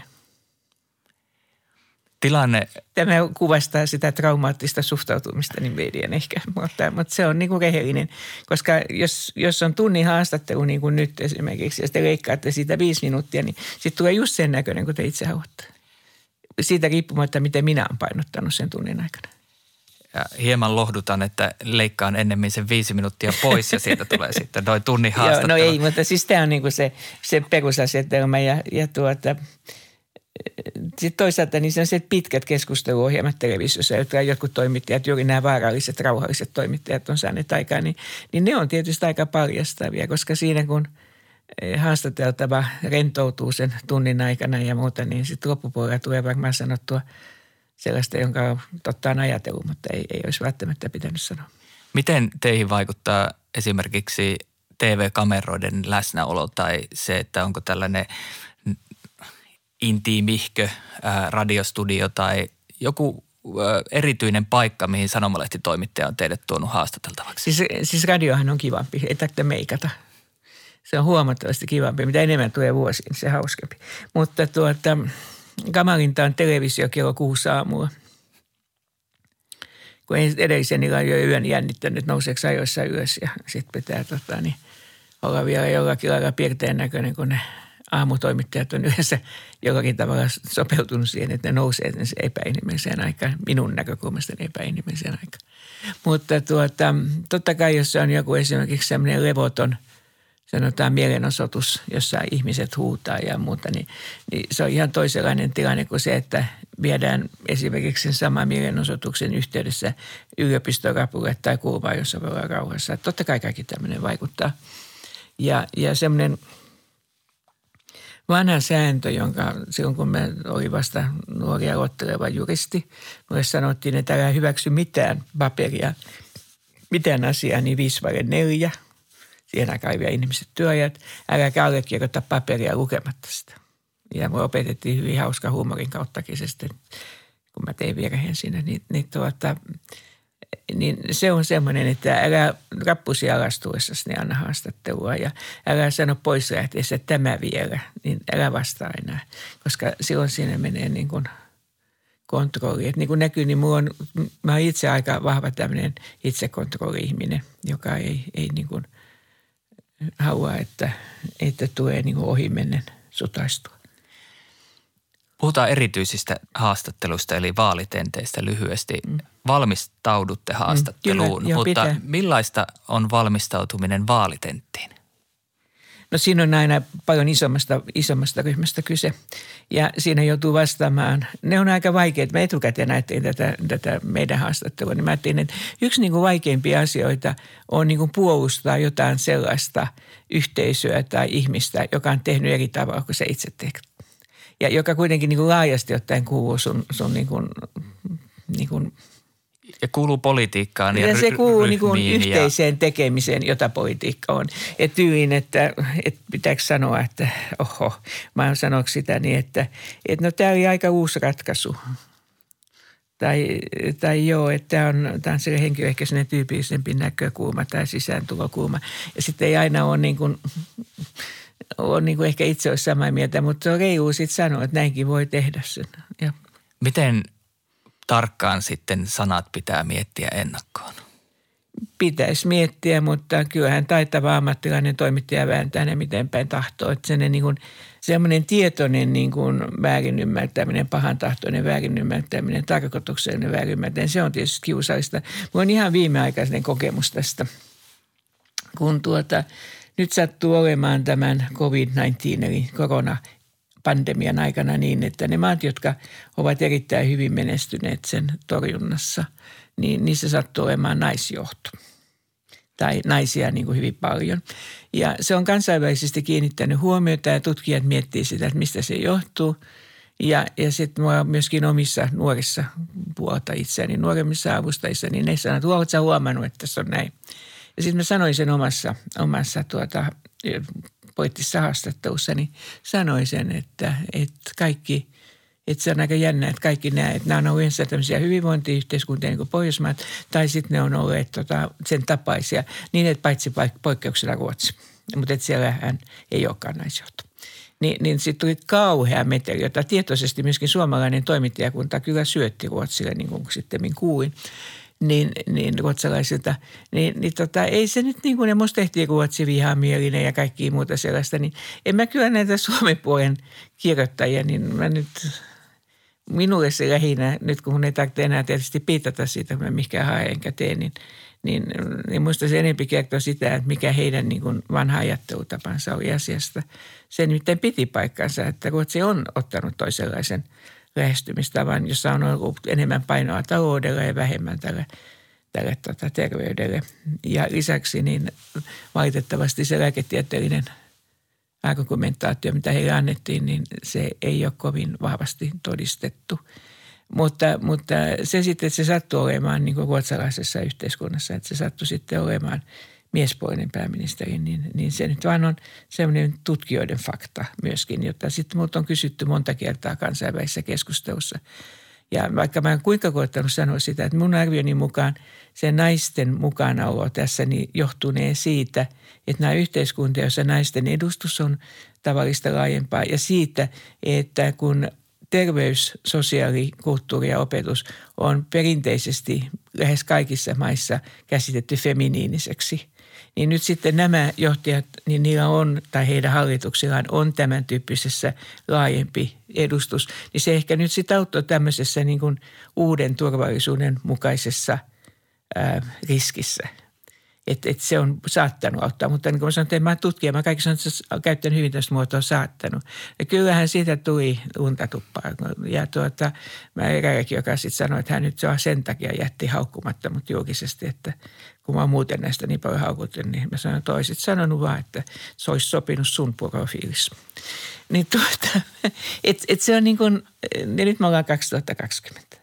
S2: Tilanne...
S3: Tämä kuvastaa sitä traumaattista suhtautumista niin median ehkä, mutta, mutta se on niin kuin rehellinen. Koska jos, jos on tunnin haastattelu niin kuin nyt esimerkiksi, ja sitten leikkaatte siitä viisi minuuttia, niin sitten tulee just sen näköinen, kun te itse haluatte. Siitä riippumatta, miten minä olen painottanut sen tunnin aikana.
S2: Ja hieman lohdutan, että leikkaan ennemmin sen viisi minuuttia pois ja siitä tulee sitten noin tunnin haastattelu.
S3: Joo, no ei, mutta siis tämä on niin kuin se, se perusasetelma ja, ja tuota, sitten toisaalta niin sellaiset pitkät keskusteluohjelmat televisiossa, jotka jotkut toimittajat, juuri nämä vaaralliset, rauhalliset toimittajat on saaneet aikaan, niin, niin ne on tietysti aika paljastavia, koska siinä kun haastateltava rentoutuu sen tunnin aikana ja muuta, niin sitten loppupuolella tulee varmaan sanottua sellaista, jonka totta on ajatellut, mutta ei, ei olisi välttämättä pitänyt sanoa.
S2: Miten teihin vaikuttaa esimerkiksi T V-kameroiden läsnäolo tai se, että onko tällainen intiimihkö ää, radiostudio tai joku erityinen paikka, mihin sanomalehtitoimittaja on teidät tuonut haastateltavaksi?
S3: Siis, siis radiohan on kivampi, ei tarvitse meikata. Se on huomattavasti kivampi. Mitä enemmän tulee vuosiin, se hauskempi. Mutta tuota, kamalinta on televisio kello kuusi aamulla. Kun edellisen illan jo yön jännittänyt, nouseeko ajoissa ylös ja sitten pitää tota, niin, olla vielä jollakin lailla piirteen näköinen, kun ne aamutoimittajat on yleensä jollakin tavalla sopeutunut siihen, että ne nousee sen epäinhimilliseen aikaan, minun näkökulmasta epäinhimilliseen aikaan. Mutta tuota, totta kai, jos se on joku esimerkiksi sellainen levoton, sanotaan mielenosoitus, jossa ihmiset huutaa ja muuta, niin, niin se on ihan toisenlainen tilanne kuin se, että viedään esimerkiksi sen saman mielenosoituksen yhteydessä yliopistorapulle tai kulmaan, jossa voi olla rauhassa. Että totta kai kaikki tämmöinen vaikuttaa. Ja, ja semmoinen vanha sääntö, jonka silloin kun me oli vasta nuori aloitteleva juristi, mulle sanottiin, että älä hyväksy mitään paperia, mitään asiaa, niin viisi vai neljä. Siihen aikaan oli vielä ihmiset työajat. Älä allekirjoita paperia lukematta sitä. Ja me opetettiin hyvin hauska huumorin kauttakin se sitten, kun mä tein virheen siinä, niin, niin, tuota, niin se on semmoinen, että älä rappusi alastuessasi, niin anna haastattelua ja älä sano pois lähteessä, että tämä vielä, niin älä vastaa enää, koska silloin siinä menee niin kuin kontrolli. Että niin kuin näkyy, niin mulla on, mä oon itse aika vahva tämmöinen itsekontrolli-ihminen, joka ei, ei niin kuin halua, että, että tulee niin kuin ohimennen sutaistua.
S2: Puhutaan erityisistä haastatteluista eli vaalitenteistä lyhyesti. Mm. Valmistaudutte haastatteluun, mm, kyllä, mutta pitää. Millaista on valmistautuminen vaalitenttiin?
S3: No siinä on aina paljon isommasta, isommasta ryhmästä kyse ja siinä joutuu vastaamaan. Ne on aika vaikeita. Mä etukäteen ajattelin tätä, tätä meidän haastattelua, niin mä ajattelin, että yksi niin kuin vaikeimpia asioita on niin kuin puolustaa jotain sellaista yhteisöä tai ihmistä, joka on tehnyt eri tavalla kuin sä itse teet. Ja joka kuitenkin niin kuin laajasti ottaen kuuluu sun, sun niin kuin, niin kuin
S2: ja kuuluu politiikkaan ja,
S3: ja se kuuluu niin kuin
S2: ja
S3: yhteiseen tekemiseen, jota politiikka on. Ja tyyliin, että, että pitääkö sanoa, että oho, mä oon sanoksi sitä niin, että, että no tämä oli aika uusi ratkaisu. Tai, tai joo, että tämä on, tämä on se henkilö ehkä sellainen tyypillisempi näkökulma tai sisääntulokulma. Ja sitten ei aina ole niin kuin, on niin kuin ehkä itse olisi samaa mieltä, mutta se on reilu sitten sanoa, että näinkin voi tehdä sen. Ja.
S2: Miten tarkkaan sitten sanat pitää miettiä ennakkoon?
S3: Pitäisi miettiä, mutta kyllähän taitava ammattilainen toimittaja vääntää ne miten päin tahtoo. Että se niin kuin, semmoinen tietoinen niin kuin väärinymmärtäminen, pahantahtoinen väärinymmärtäminen, tarkoituksellinen väärinymmärtäminen, se on tietysti kiusallista. Minulla on ihan viimeaikainen kokemus tästä, kun tuota, nyt sattuu olemaan tämän covid yhdeksäntoista eli korona pandemian aikana niin, että ne maat, jotka ovat erittäin hyvin menestyneet sen torjunnassa, niin niissä sattuu olemaan naisjohto tai naisia niin kuin hyvin paljon. Ja se on kansainvälisesti kiinnittänyt huomiota ja tutkijat miettii sitä, että mistä se johtuu. Ja, ja sitten mua myöskin omissa nuorissa puolta itseäni, nuoremmissa avustajissa, niin ne sanoo, että oletko sä huomannut, että tässä on näin. Ja sitten mä sanoin sen omassa, omassa tuota, poliittisessa haastattelussa, niin sanoin sen, että, että kaikki, että se on aika jännä, että kaikki nämä, että nämä on ollut yhdessä tämmöisiä hyvinvointiyhteiskuntia niin kuin Pohjoismaat, tai sitten ne on olleet tota, sen tapaisia, niin että paitsi poikkeuksena Ruotsi, mutta että siellähän ei olekaan naisjohto. Ni, niin sitten tuli kauhea meteli, jota tietoisesti myöskin suomalainen toimittajakunta kyllä syötti Ruotsille, niin kuin sitten kuulin. Niin, niin ruotsalaisilta, niin, niin tota, ei se nyt niin kuin ne musta tehtiin Ruotsi vihamielinen ja kaikki muuta sellaista, niin en mä kyllä näitä Suomen puolen kirjoittajia, niin mä nyt, minulle se lähinnä, nyt kun mun ei tarvitse enää tietysti piitata siitä, kun mä mihinkään hae enkä tee, niin, niin, niin musta se enempi kertoo sitä, että mikä heidän niin kuin vanha ajattelutapansa oli asiasta. Se nimittäin piti paikkansa, että Ruotsi on ottanut toisenlaisen lähestymistavan, jossa on ollut enemmän painoa taloudella ja vähemmän tälle, tälle tota, terveydelle. Ja lisäksi niin valitettavasti se lääketieteellinen argumentaatio, mitä heille annettiin, niin se ei ole kovin vahvasti todistettu. Mutta, mutta se sitten, että se sattui olemaan niin kuin ruotsalaisessa yhteiskunnassa, että se sattui sitten olemaan miespuolinen pääministeri, niin, niin se nyt vaan on sellainen tutkijoiden fakta myöskin, jota sitten minulta on kysytty monta kertaa kansainvälisessä keskustelussa. Ja vaikka mä en kuinka koettanut sanoa sitä, että mun arvioni mukaan se naisten mukanaolo tässä niin johtunee siitä, että nämä yhteiskuntia, joissa naisten edustus on tavallista laajempaa ja siitä, että kun terveys, sosiaali, kulttuuri ja opetus on perinteisesti lähes kaikissa maissa käsitetty feminiiniseksi, niin nyt sitten nämä johtajat, niin niillä on, tai heidän hallituksillaan on tämän tyyppisessä laajempi edustus. Niin se ehkä nyt sitten auttoi tämmöisessä niin kuin uuden turvallisuuden mukaisessa ää, riskissä. Että et se on saattanut auttaa, mutta niin kuin mä sanoin, että en mä tutkija, mä kaikki sanon, että käyttänyt hyvin tästä muotoa saattanut. Ja kyllähän siitä tuli unta tuppaa. Ja tuota, mä eräälläkin, joka sitten sanoi, että hän nyt saa sen takia jätti haukkumatta mut julkisesti, että kun mä oon muuten näistä niin paljon haukuttu, niin mä sanoin, että olisit sanonut vaan, että se olisi sopinut sun profiilissa. Niin tuota, että et se on niin kuin, ja nyt me ollaan kaksituhattakaksikymmentä.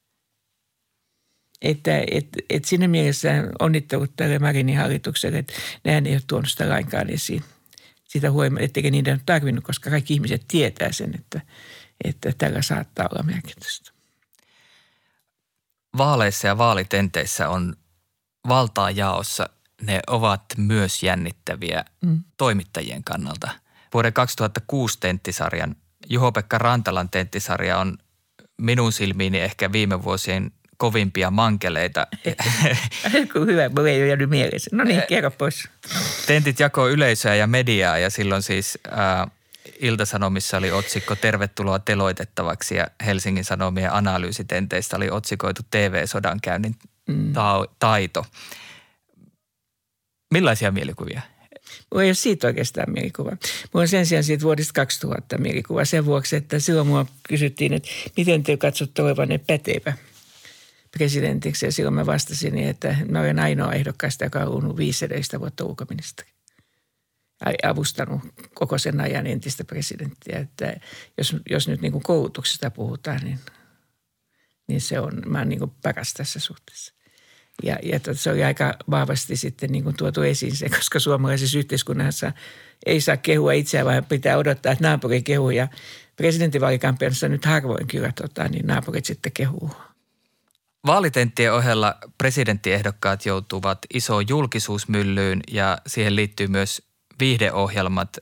S3: Että et, et siinä mielessä onnittelut tälle Marinin hallitukselle, että nehän ei ole tuonut sitä lainkaan esiin. Sitä huolimatta, ettekä niitä ole tarvinnut, koska kaikki ihmiset tietää sen, että, että tällä saattaa olla merkitystä.
S2: Vaaleissa ja vaalitenteissä on valtaa jaossa. Ne ovat myös jännittäviä mm. toimittajien kannalta. Vuoden kaksituhattakuusi tenttisarjan, Juho-Pekka Rantalan tenttisarja on minun silmiini ehkä viime vuosien kovimpia mankeleita.
S3: Hyvä, mulla ei ole jäänyt mielessä. No niin, kerro pois.
S2: Tentit jakoi yleisöä ja mediaa ja silloin siis ää, Ilta-Sanomissa oli otsikko tervetuloa teloitettavaksi ja Helsingin Sanomien analyysitenteistä oli otsikoitu T V-sodankäynnin mm. ta- taito. Millaisia mielikuvia?
S3: Mulla ei ole siitä oikeastaan mielikuva. Mulla on sen sijaan siitä vuodesta kaksituhatta mielikuva sen vuoksi, että silloin mua kysyttiin, että miten te katsotte olevanne pätevä presidentiksi. Ja silloin mä vastasin, että mä olen ainoa ehdokkaista, joka on ollut viisi edellistä vuotta ulkoministeri. Avustanut koko sen ajan entistä presidenttiä. Että jos, jos nyt niin kuin koulutuksesta puhutaan, niin, niin se on, mä oon niin kuin paras tässä suhteessa. Ja, ja se oli aika vahvasti sitten niin kuin tuotu esiin se, koska suomalaisessa yhteiskunnassa ei saa kehua itseään, vaan pitää odottaa, että naapuri kehuu. Ja presidentinvaalikampanjassa nyt harvoin kyllä tota, niin naapurit sitten kehuu.
S2: Vaalitenttien ohella presidenttiehdokkaat joutuvat isoon julkisuusmyllyyn ja siihen liittyy myös viihdeohjelmat.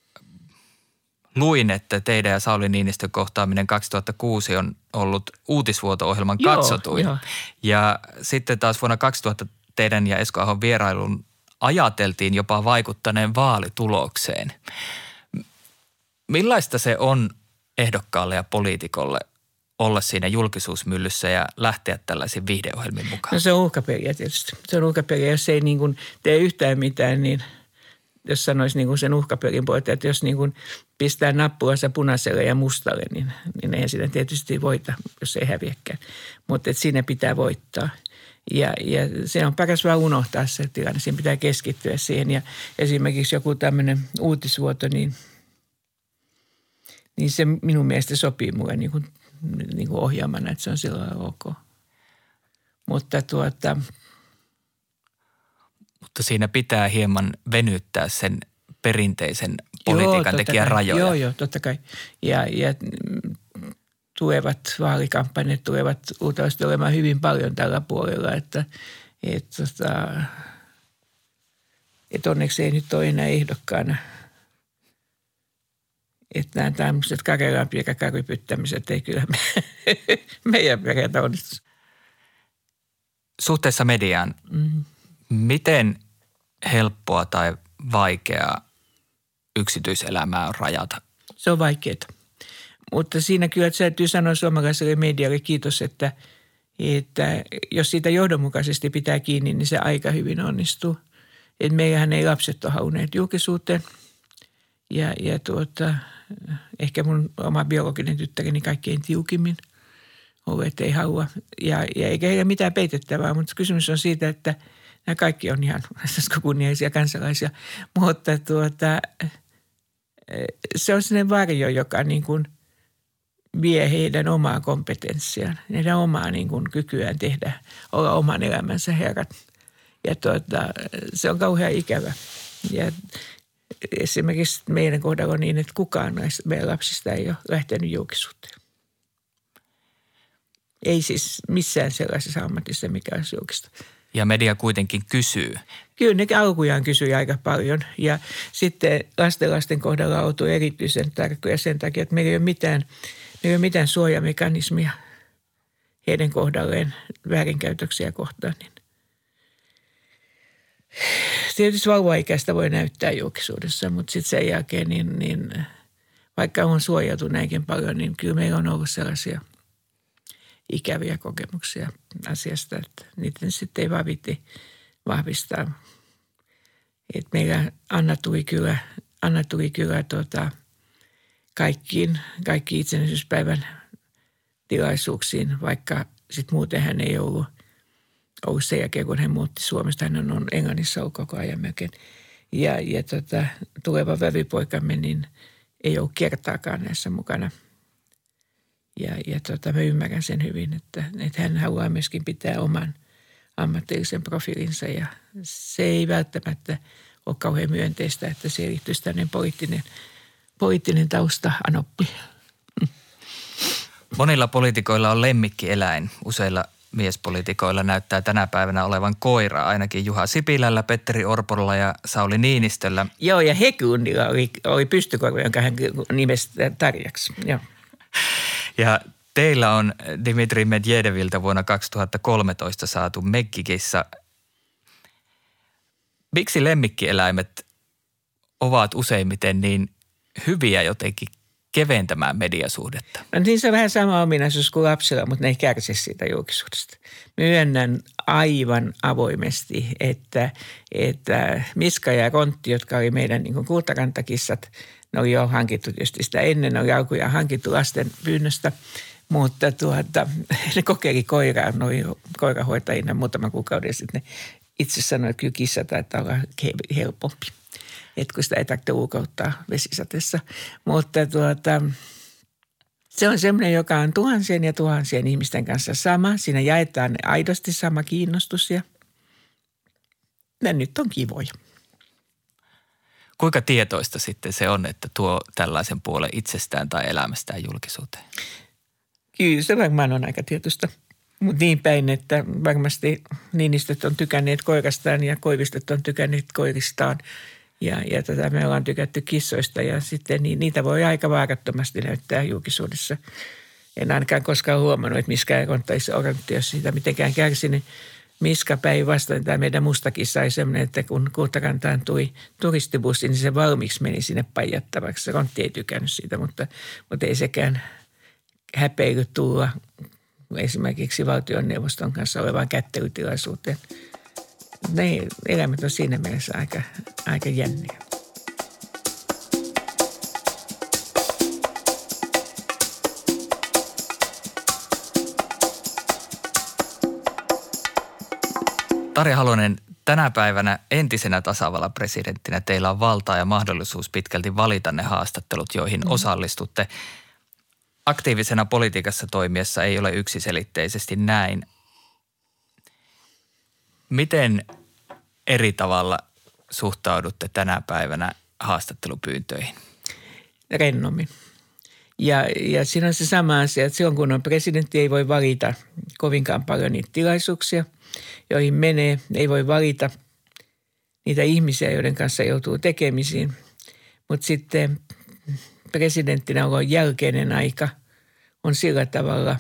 S2: Luin, että teidän ja Sauli Niinistön kohtaaminen kaksituhattakuusi on ollut uutisvuoto-ohjelman
S3: Joo,
S2: katsotuin.
S3: jo.
S2: Ja sitten taas vuonna kaksituhatta teidän ja Esko Ahon vierailun ajateltiin jopa vaikuttaneen vaalitulokseen. Millaista se on ehdokkaalle ja poliitikolle olla siinä julkisuusmyllyssä ja lähteä tällaisiin viihdeohjelmiin mukaan?
S3: No se on uhkapeliä tietysti. Se on uhkapeliä. Jos ei niin kuin tee yhtään mitään, niin jos sanoisi niin kuin sen uhkapelin puolelta, että jos niin kuin pistää nappulansa punaiselle ja mustalle, niin, niin eihän sitä tietysti voita, jos ei häviäkään. Mutta siinä pitää voittaa. Ja, ja se on paras vaan unohtaa se tilanne. Siinä pitää keskittyä siihen. Ja esimerkiksi joku tämmöinen uutisvuoto, niin, niin se minun mielestä sopii mulle niin kuin, niin kuin ohjaamana, että se on sillä lailla ok. Mutta tuota...
S2: Mutta siinä pitää hieman venyttää sen perinteisen politiikan tekijän rajoja.
S3: Joo, joo, totta kai. Ja, ja tulevat vaalikampanjat tulevat luultavasti olemaan hyvin paljon tällä puolella, että et, tota, et onneksi ei nyt ole enää ehdokkaana. Että nämä tämmöiset Karelan piirakarypyttämiset ei kyllä me, meidän perheeltä onnistu.
S2: Suhteessa mediaan, mm-hmm. Miten helppoa tai vaikeaa yksityiselämää on rajata?
S3: Se on vaikeaa. Mutta siinä kyllä täytyy sanoa suomalaiselle medialle kiitos, että, että jos siitä johdonmukaisesti pitää kiinni, niin se aika hyvin onnistuu. Että meillähän ei lapset ole halunneet julkisuuteen. Ja, ja tuota, ehkä mun oma biologinen tyttäreni kaikkein tiukimmin ollut, että ei halua. Ja, ja eikä heillä mitään peitettävää, mutta kysymys on siitä, että nämä kaikki on ihan kunniaisia kansalaisia, mutta tuota, se on sellainen varjo, joka niin kuin vie heidän omaa kompetenssiaan, heidän omaa niin kuin kykyään tehdä, olla oman elämänsä herrat. Ja tuota, se on kauhean ikävä. Ja esimerkiksi meidän kohdalla on niin, että kukaan näistä meidän lapsista ei ole lähtenyt julkisuuteen. Ei siis missään sellaisessa ammatissa, mikä olisi julkista.
S2: Ja media kuitenkin kysyy.
S3: Kyllä ne alkujaan kysyi aika paljon ja sitten lasten lasten kohdalla on oltu erityisen tärkeä sen takia, että meillä ei ole mitään, meillä ei ole mitään suojamekanismia heidän kohdalleen väärinkäytöksiä kohtaan. Niin tietysti vauvaikäistä voi näyttää julkisuudessa, mutta sitten sen jälkeen, niin, niin vaikka on suojautu näinkin paljon, niin kyllä meillä on ollut sellaisia ikäviä kokemuksia asiasta, että niitä sitten ei vaan viitti vahvistaa. Et meillä Anna tuli kyllä, Anna tuli kyllä tota, kaikkiin, kaikki itsenäisyyspäivän tilaisuuksiin, vaikka sitten muuten hän ei ollut, ollut sen jälkeen, kun hän muutti Suomesta. Hän on Englannissa ollut koko ajan melkein. Ja, ja tota, tuleva vävipoikamme niin ei ollut kertaakaan näissä mukana. Ja, ja tota, mä ymmärrän sen hyvin, että, että hän haluaa myöskin pitää oman ammatillisen profiilinsa ja se ei välttämättä ole kauhean myönteistä, että se liittyisi tämmöinen poliittinen, poliittinen tausta anoppi.
S2: Monilla poliitikoilla on lemmikkieläin. Useilla miespoliitikoilla näyttää tänä päivänä olevan koira, ainakin Juha Sipilällä, Petteri Orpolla ja Sauli Niinistöllä.
S3: Joo, ja Hägglundilla oli, oli pystykorva, jonka hän nimesi Tarjaksi. Joo.
S2: Ja teillä on Dmitri Medvedeviltä vuonna kaksituhattakolmetoista saatu Meggikissa. Miksi lemmikkieläimet ovat useimmiten niin hyviä jotenkin keventämään mediasuhdetta?
S3: No niin se on vähän sama ominaisuus kuin lapsilla, mutta ne ei kärsi siitä julkisuudesta. Myönnän aivan avoimesti, että, että Miska ja Kontti, jotka oli meidän niin kuin kultakantakissat, ne oli jo hankittu tietysti sitä ennen, ne oli alkujaan hankittu lasten pyynnöstä, mutta tuota, ne kokeili koiraa, ne oli koirahoitajina muutaman kuukauden sitten. Ne itse sanoivat, että kyllä kissa taitaa olla helpompi, että kun sitä ei tarvitse ulkouttaa vesisateessa. Mutta tuota, se on semmoinen, joka on tuhansien ja tuhansien ihmisten kanssa sama. Siinä jaetaan aidosti sama kiinnostus ja ne nyt on kivoja.
S2: Kuinka tietoista sitten se on, että tuo tällaisen puolen itsestään tai elämästään julkisuuteen?
S3: Kyllä se varmaan on aika tietoista. Mutta niin päin, että varmasti Niinistöt on tykänneet koirastaan ja Koivistot on tykänneet koiristaan. Ja, ja tätä me ollaan tykätty kissoista ja sitten niin, niitä voi aika vaarattomasti näyttää julkisuudessa. En ainakaan koskaan huomannut, että Miska ja Konttaissa organisaatiossa siitä mitenkään kärsinyt. Miska päinvastoin, tämä meidän mustakissa oli sellainen, että kun Kultakantaan tuli turistibussi, niin se valmiiksi meni sinne pajattavaksi. Kontti ei tykännyt siitä, mutta, mutta ei sekään häpeily tulla esimerkiksi valtioneuvoston kanssa olevaan kättelytilaisuuteen. Ne elämät on siinä mielessä aika, aika jänniä.
S2: Tarja Halonen, tänä päivänä entisenä tasavallan presidenttinä teillä on valtaa ja mahdollisuus pitkälti valita ne haastattelut, joihin mm. osallistutte. Aktiivisena politiikassa toimiessa ei ole yksiselitteisesti näin. Miten eri tavalla suhtaudutte tänä päivänä haastattelupyyntöihin?
S3: Rennommin. Ja, ja siinä on se sama asia, että silloin kun on presidentti, ei voi valita kovinkaan paljon niitä tilaisuuksia, joihin menee. Ei voi valita niitä ihmisiä, joiden kanssa joutuu tekemisiin. Mutta sitten presidenttinä olon jälkeinen aika on sillä tavalla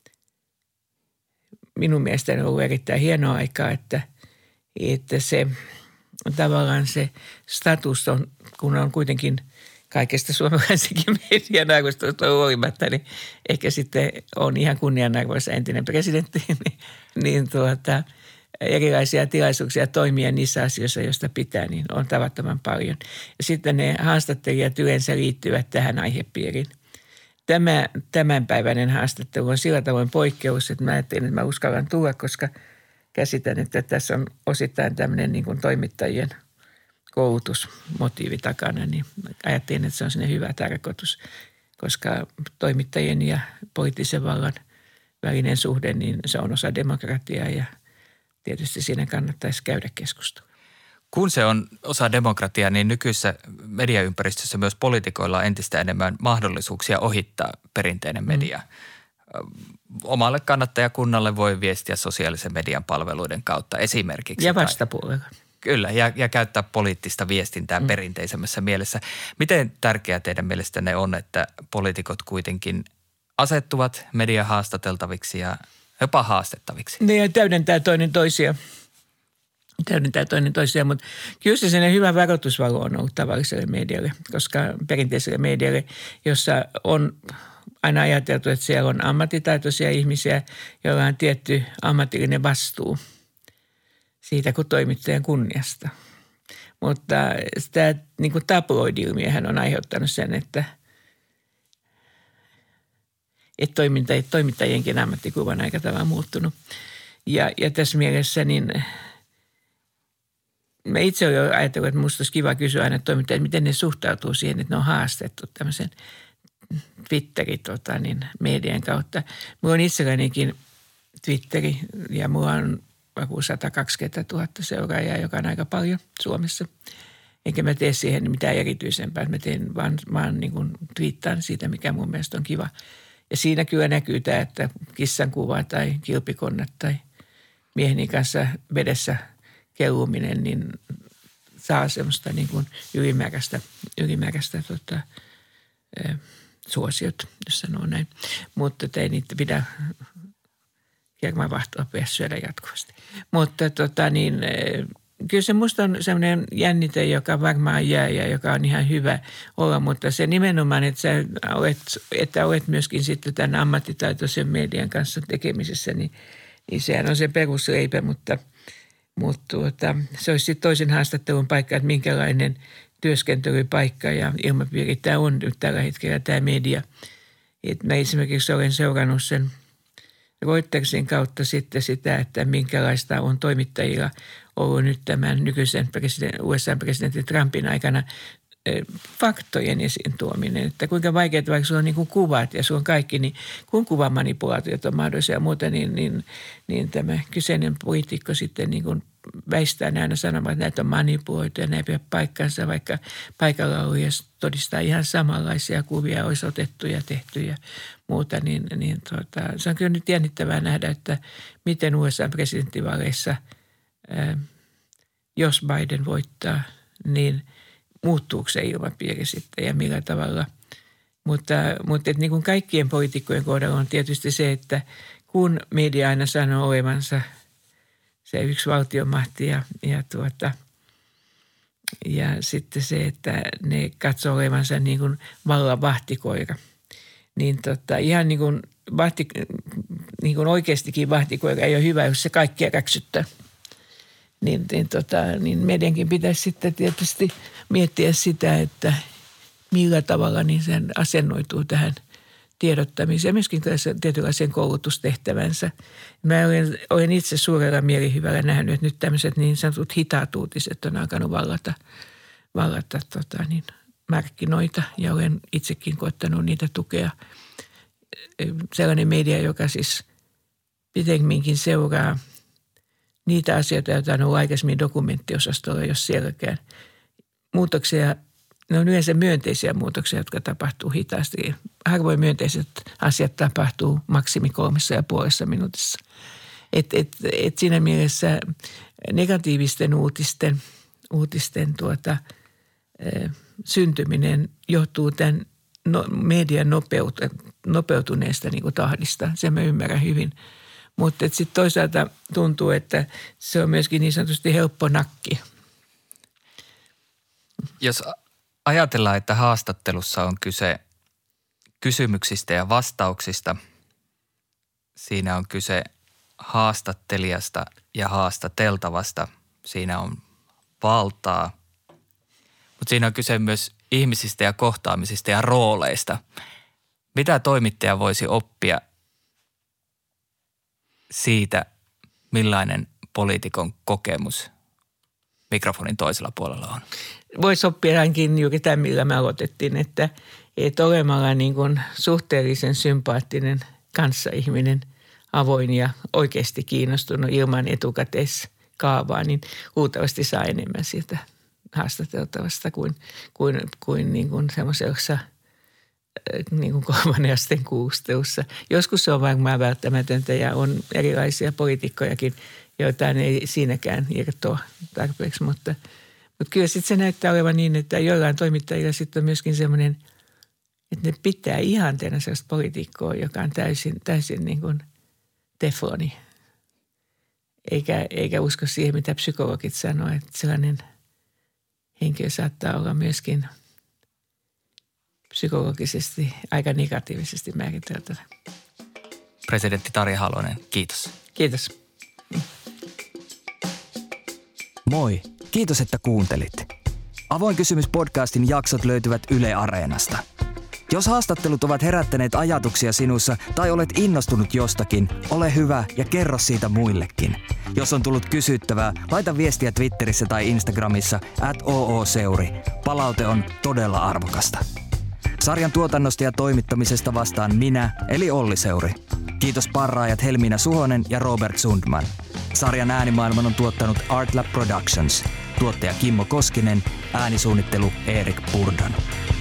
S3: minun mielestäni on ollut erittäin hienoa aikaa, että, että se tavallaan se status on, kun on kuitenkin kaikesta suomalaisenkin median arvostelusta huolimatta, niin ehkä sitten on ihan kunnianarvoisa entinen presidentti, niin, niin tuota, erilaisia tilaisuuksia toimia niissä asioissa, joista pitää, niin on tavattoman paljon. Ja sitten ne haastattelijat yleensä liittyvät tähän aihepiiriin. Tämä tämänpäiväinen haastattelu on sillä tavoin poikkeus, että mä ajattelin, että mä uskallan tulla, koska käsitän, että tässä on osittain tämmöinen niin kuin toimittajien koulutusmotiivi takana, niin ajattelin, että se on sinne hyvä tarkoitus, koska toimittajien ja poliittisen vallan välinen suhde, niin se on osa demokratiaa ja tietysti siinä kannattaisi käydä keskustelua.
S2: Kun se on osa demokratiaa, niin nykyisessä mediaympäristössä myös poliitikoilla on entistä enemmän mahdollisuuksia ohittaa perinteinen media. Mm. omalle kannattajakunnalle voi viestiä sosiaalisen median palveluiden kautta esimerkiksi.
S3: Ja vastapuolella.
S2: Kyllä, ja, ja käyttää poliittista viestintää mm. perinteisemmässä mielessä. Miten tärkeää teidän mielestänne on, että poliitikot kuitenkin asettuvat median haastateltaviksi ja jopa haastettaviksi?
S3: Ne täydentää toinen toisiaan. Täydentää toinen toisiaan, mutta kyllä se sellainen hyvä varoitusvalo on ollut tavalliselle medialle, koska perinteiselle medialle, jossa on aina ajateltu, että siellä on ammattitaitoisia ihmisiä, joilla on tietty ammatillinen vastuu siitä kuin toimittajan kunniasta. Mutta tämä niin kuin tabloidi-ilmiöhän on aiheuttanut sen, että, että toiminta, toimittajienkin ammattikuva on aika tavalla muuttunut. Ja, ja tässä mielessä niin mä itse olen jo ajatellut, että minusta olisi kiva kysyä aina toimittajille, miten ne suhtautuu siihen, että ne on haastettu tämmöisen Twitterin tota, niin, median kautta. Minulla on itsellänikin Twitteri ja minulla on joku sata kaksikymmentätuhatta seuraajaa, joka on aika paljon Suomessa. Enkä mä tee siihen mitään erityisempää. Mä teen vaan, vaan niin kuin twiittaan siitä, mikä mun mielestä on kiva. Ja siinä kyllä näkyy tämä, että kissan kuva tai kilpikonnat tai mieheni kanssa vedessä kelluminen, niin saa semmoista niin kuin ylimääräistä, ylimääräistä tota, eh, suosiot, jos sanoo näin. Mutta ei niitä pidä kermavahtoa pidä syödä jatkuvasti. Mutta tota niin, kyllä se musta on semmoinen jännite, joka varmaan jää ja joka on ihan hyvä olla, mutta se nimenomaan, että sä olet, että olet myöskin sitten tämän ammattitaitoisen median kanssa tekemisessä, niin, niin sehän on se perusleipä, mutta, mutta tuota, se olisi sitten toisen haastattelun paikka, että minkälainen työskentelypaikka ja ilmapiiri tämä on nyt tällä hetkellä tämä media. Et mä esimerkiksi olen seurannut sen Reutersin kautta sitten sitä, että minkälaista on toimittajilla ollut nyt tämän nykyisen U S A-presidentin Trumpin aikana faktojen esiin tuominen. Että kuinka vaikeaa, vaikka sulla on niin kuin kuvat ja sulla on kaikki, niin kun kuvamanipulaatiot on mahdollisia ja muuta, niin, niin, niin tämä kyseinen poliitikko sitten niin kuin väistää ne aina sanomaan, että näitä on manipuloitu ja näin pidä paikkansa, vaikka paikalla oli ja todistaa ihan samanlaisia kuvia, olisi otettu ja tehty ja muuta, niin, niin tuota, se on kyllä nyt jännittävää nähdä, että miten U S A-presidenttivaaleissa, ää, jos Biden voittaa, niin muuttuuko se ilmapiiri sitten ja millä tavalla. Mutta, mutta että niin kuin kaikkien poliitikkojen kohdalla on tietysti se, että kun media aina sanoo olevansa se yksi valtiomahti ja, ja, tuota, ja sitten se, että ne katsoo olevansa niin kuin vallan vahtikoira. Niin tota, ihan niin kuin, vahti, niin kuin oikeastikin vahtikoira ei ole hyvä, jos se kaikkia räksyttää. Niin, niin, tota, niin meidänkin pitäisi sitten tietysti miettiä sitä, että millä tavalla niin sen asennoituu tähän tiedottamiseen, myöskin tietynlaiseen koulutustehtävänsä. Mä olen, olen itse suurella mielihyvällä nähnyt, että nyt tämmöiset niin sanotut hitaat uutiset on alkanut vallata, vallata tota, niin, markkinoita ja olen itsekin koettanut niitä tukea. Sellainen media, joka siis pitemminkin seuraa niitä asioita, joita on ollut aikaisemmin dokumenttiosastolla, jos sielläkään. Muutoksia, ne on yleensä myönteisiä muutoksia, jotka tapahtuu hitaasti. Harvoin myönteiset asiat tapahtuu maksimi kolmessa ja puolessa minuutissa. Et, et, et siinä mielessä negatiivisten uutisten, uutisten tuota, e, syntyminen johtuu tämän no, median nopeut, nopeutuneesta niin kuin tahdista. Sen mä ymmärrän hyvin. Mutta sitten toisaalta tuntuu, että se on myöskin niin sanotusti helppo nakki.
S2: Jos ajatellaan, että haastattelussa on kyse kysymyksistä ja vastauksista, siinä on kyse haastattelijasta ja haastateltavasta, siinä on valtaa, mutta siinä on kyse myös ihmisistä ja kohtaamisista ja rooleista. Mitä toimittaja voisi oppia siitä, millainen poliitikon kokemus mikrofonin toisella puolella on?
S3: Voisi oppia ainakin juuri tämän, millä me aloitettiin, että, että olemalla niin kuin suhteellisen sympaattinen kanssaihminen, avoin ja oikeasti kiinnostunut ilman etukäteiskaavaa, niin huutavasti saa enemmän siitä haastateltavasta kuin, kuin, kuin, niin kuin semmoisessa niin kuin kolmannen asteen kuulustelussa. Joskus se on varmaan välttämätöntä ja on erilaisia poliitikkojakin, joita ei siinäkään irtoa tarpeeksi, mutta, mutta kyllä sitten se näyttää olevan niin, että joillain toimittajilla sitten on myöskin semmoinen, että ne pitää ihanteena sellaista poliitikkoa, joka on täysin, täysin niin kuin tefloni. Eikä, eikä usko siihen, mitä psykologit sanoo, että sellainen henkilö saattaa olla myöskin psykologisesti aika negatiivisesti määriteltävä.
S2: Presidentti Tarja Halonen, kiitos.
S3: Kiitos.
S1: Moi, kiitos että kuuntelit. Avoin kysymys -podcastin jaksot löytyvät Yle Areenasta. Jos haastattelut ovat herättäneet ajatuksia sinussa tai olet innostunut jostakin, ole hyvä ja kerro siitä muillekin. Jos on tullut kysyttävää, laita viestiä Twitterissä tai Instagramissa at ooseuri. Palaute on todella arvokasta. Sarjan tuotannosta ja toimittamisesta vastaan minä, eli Olli Seuri. Kiitos parraajat Helmiina Suhonen ja Robert Sundman. Sarjan äänimaailman on tuottanut Artlab Productions. Tuottaja Kimmo Koskinen, äänisuunnittelu Erik Purdon.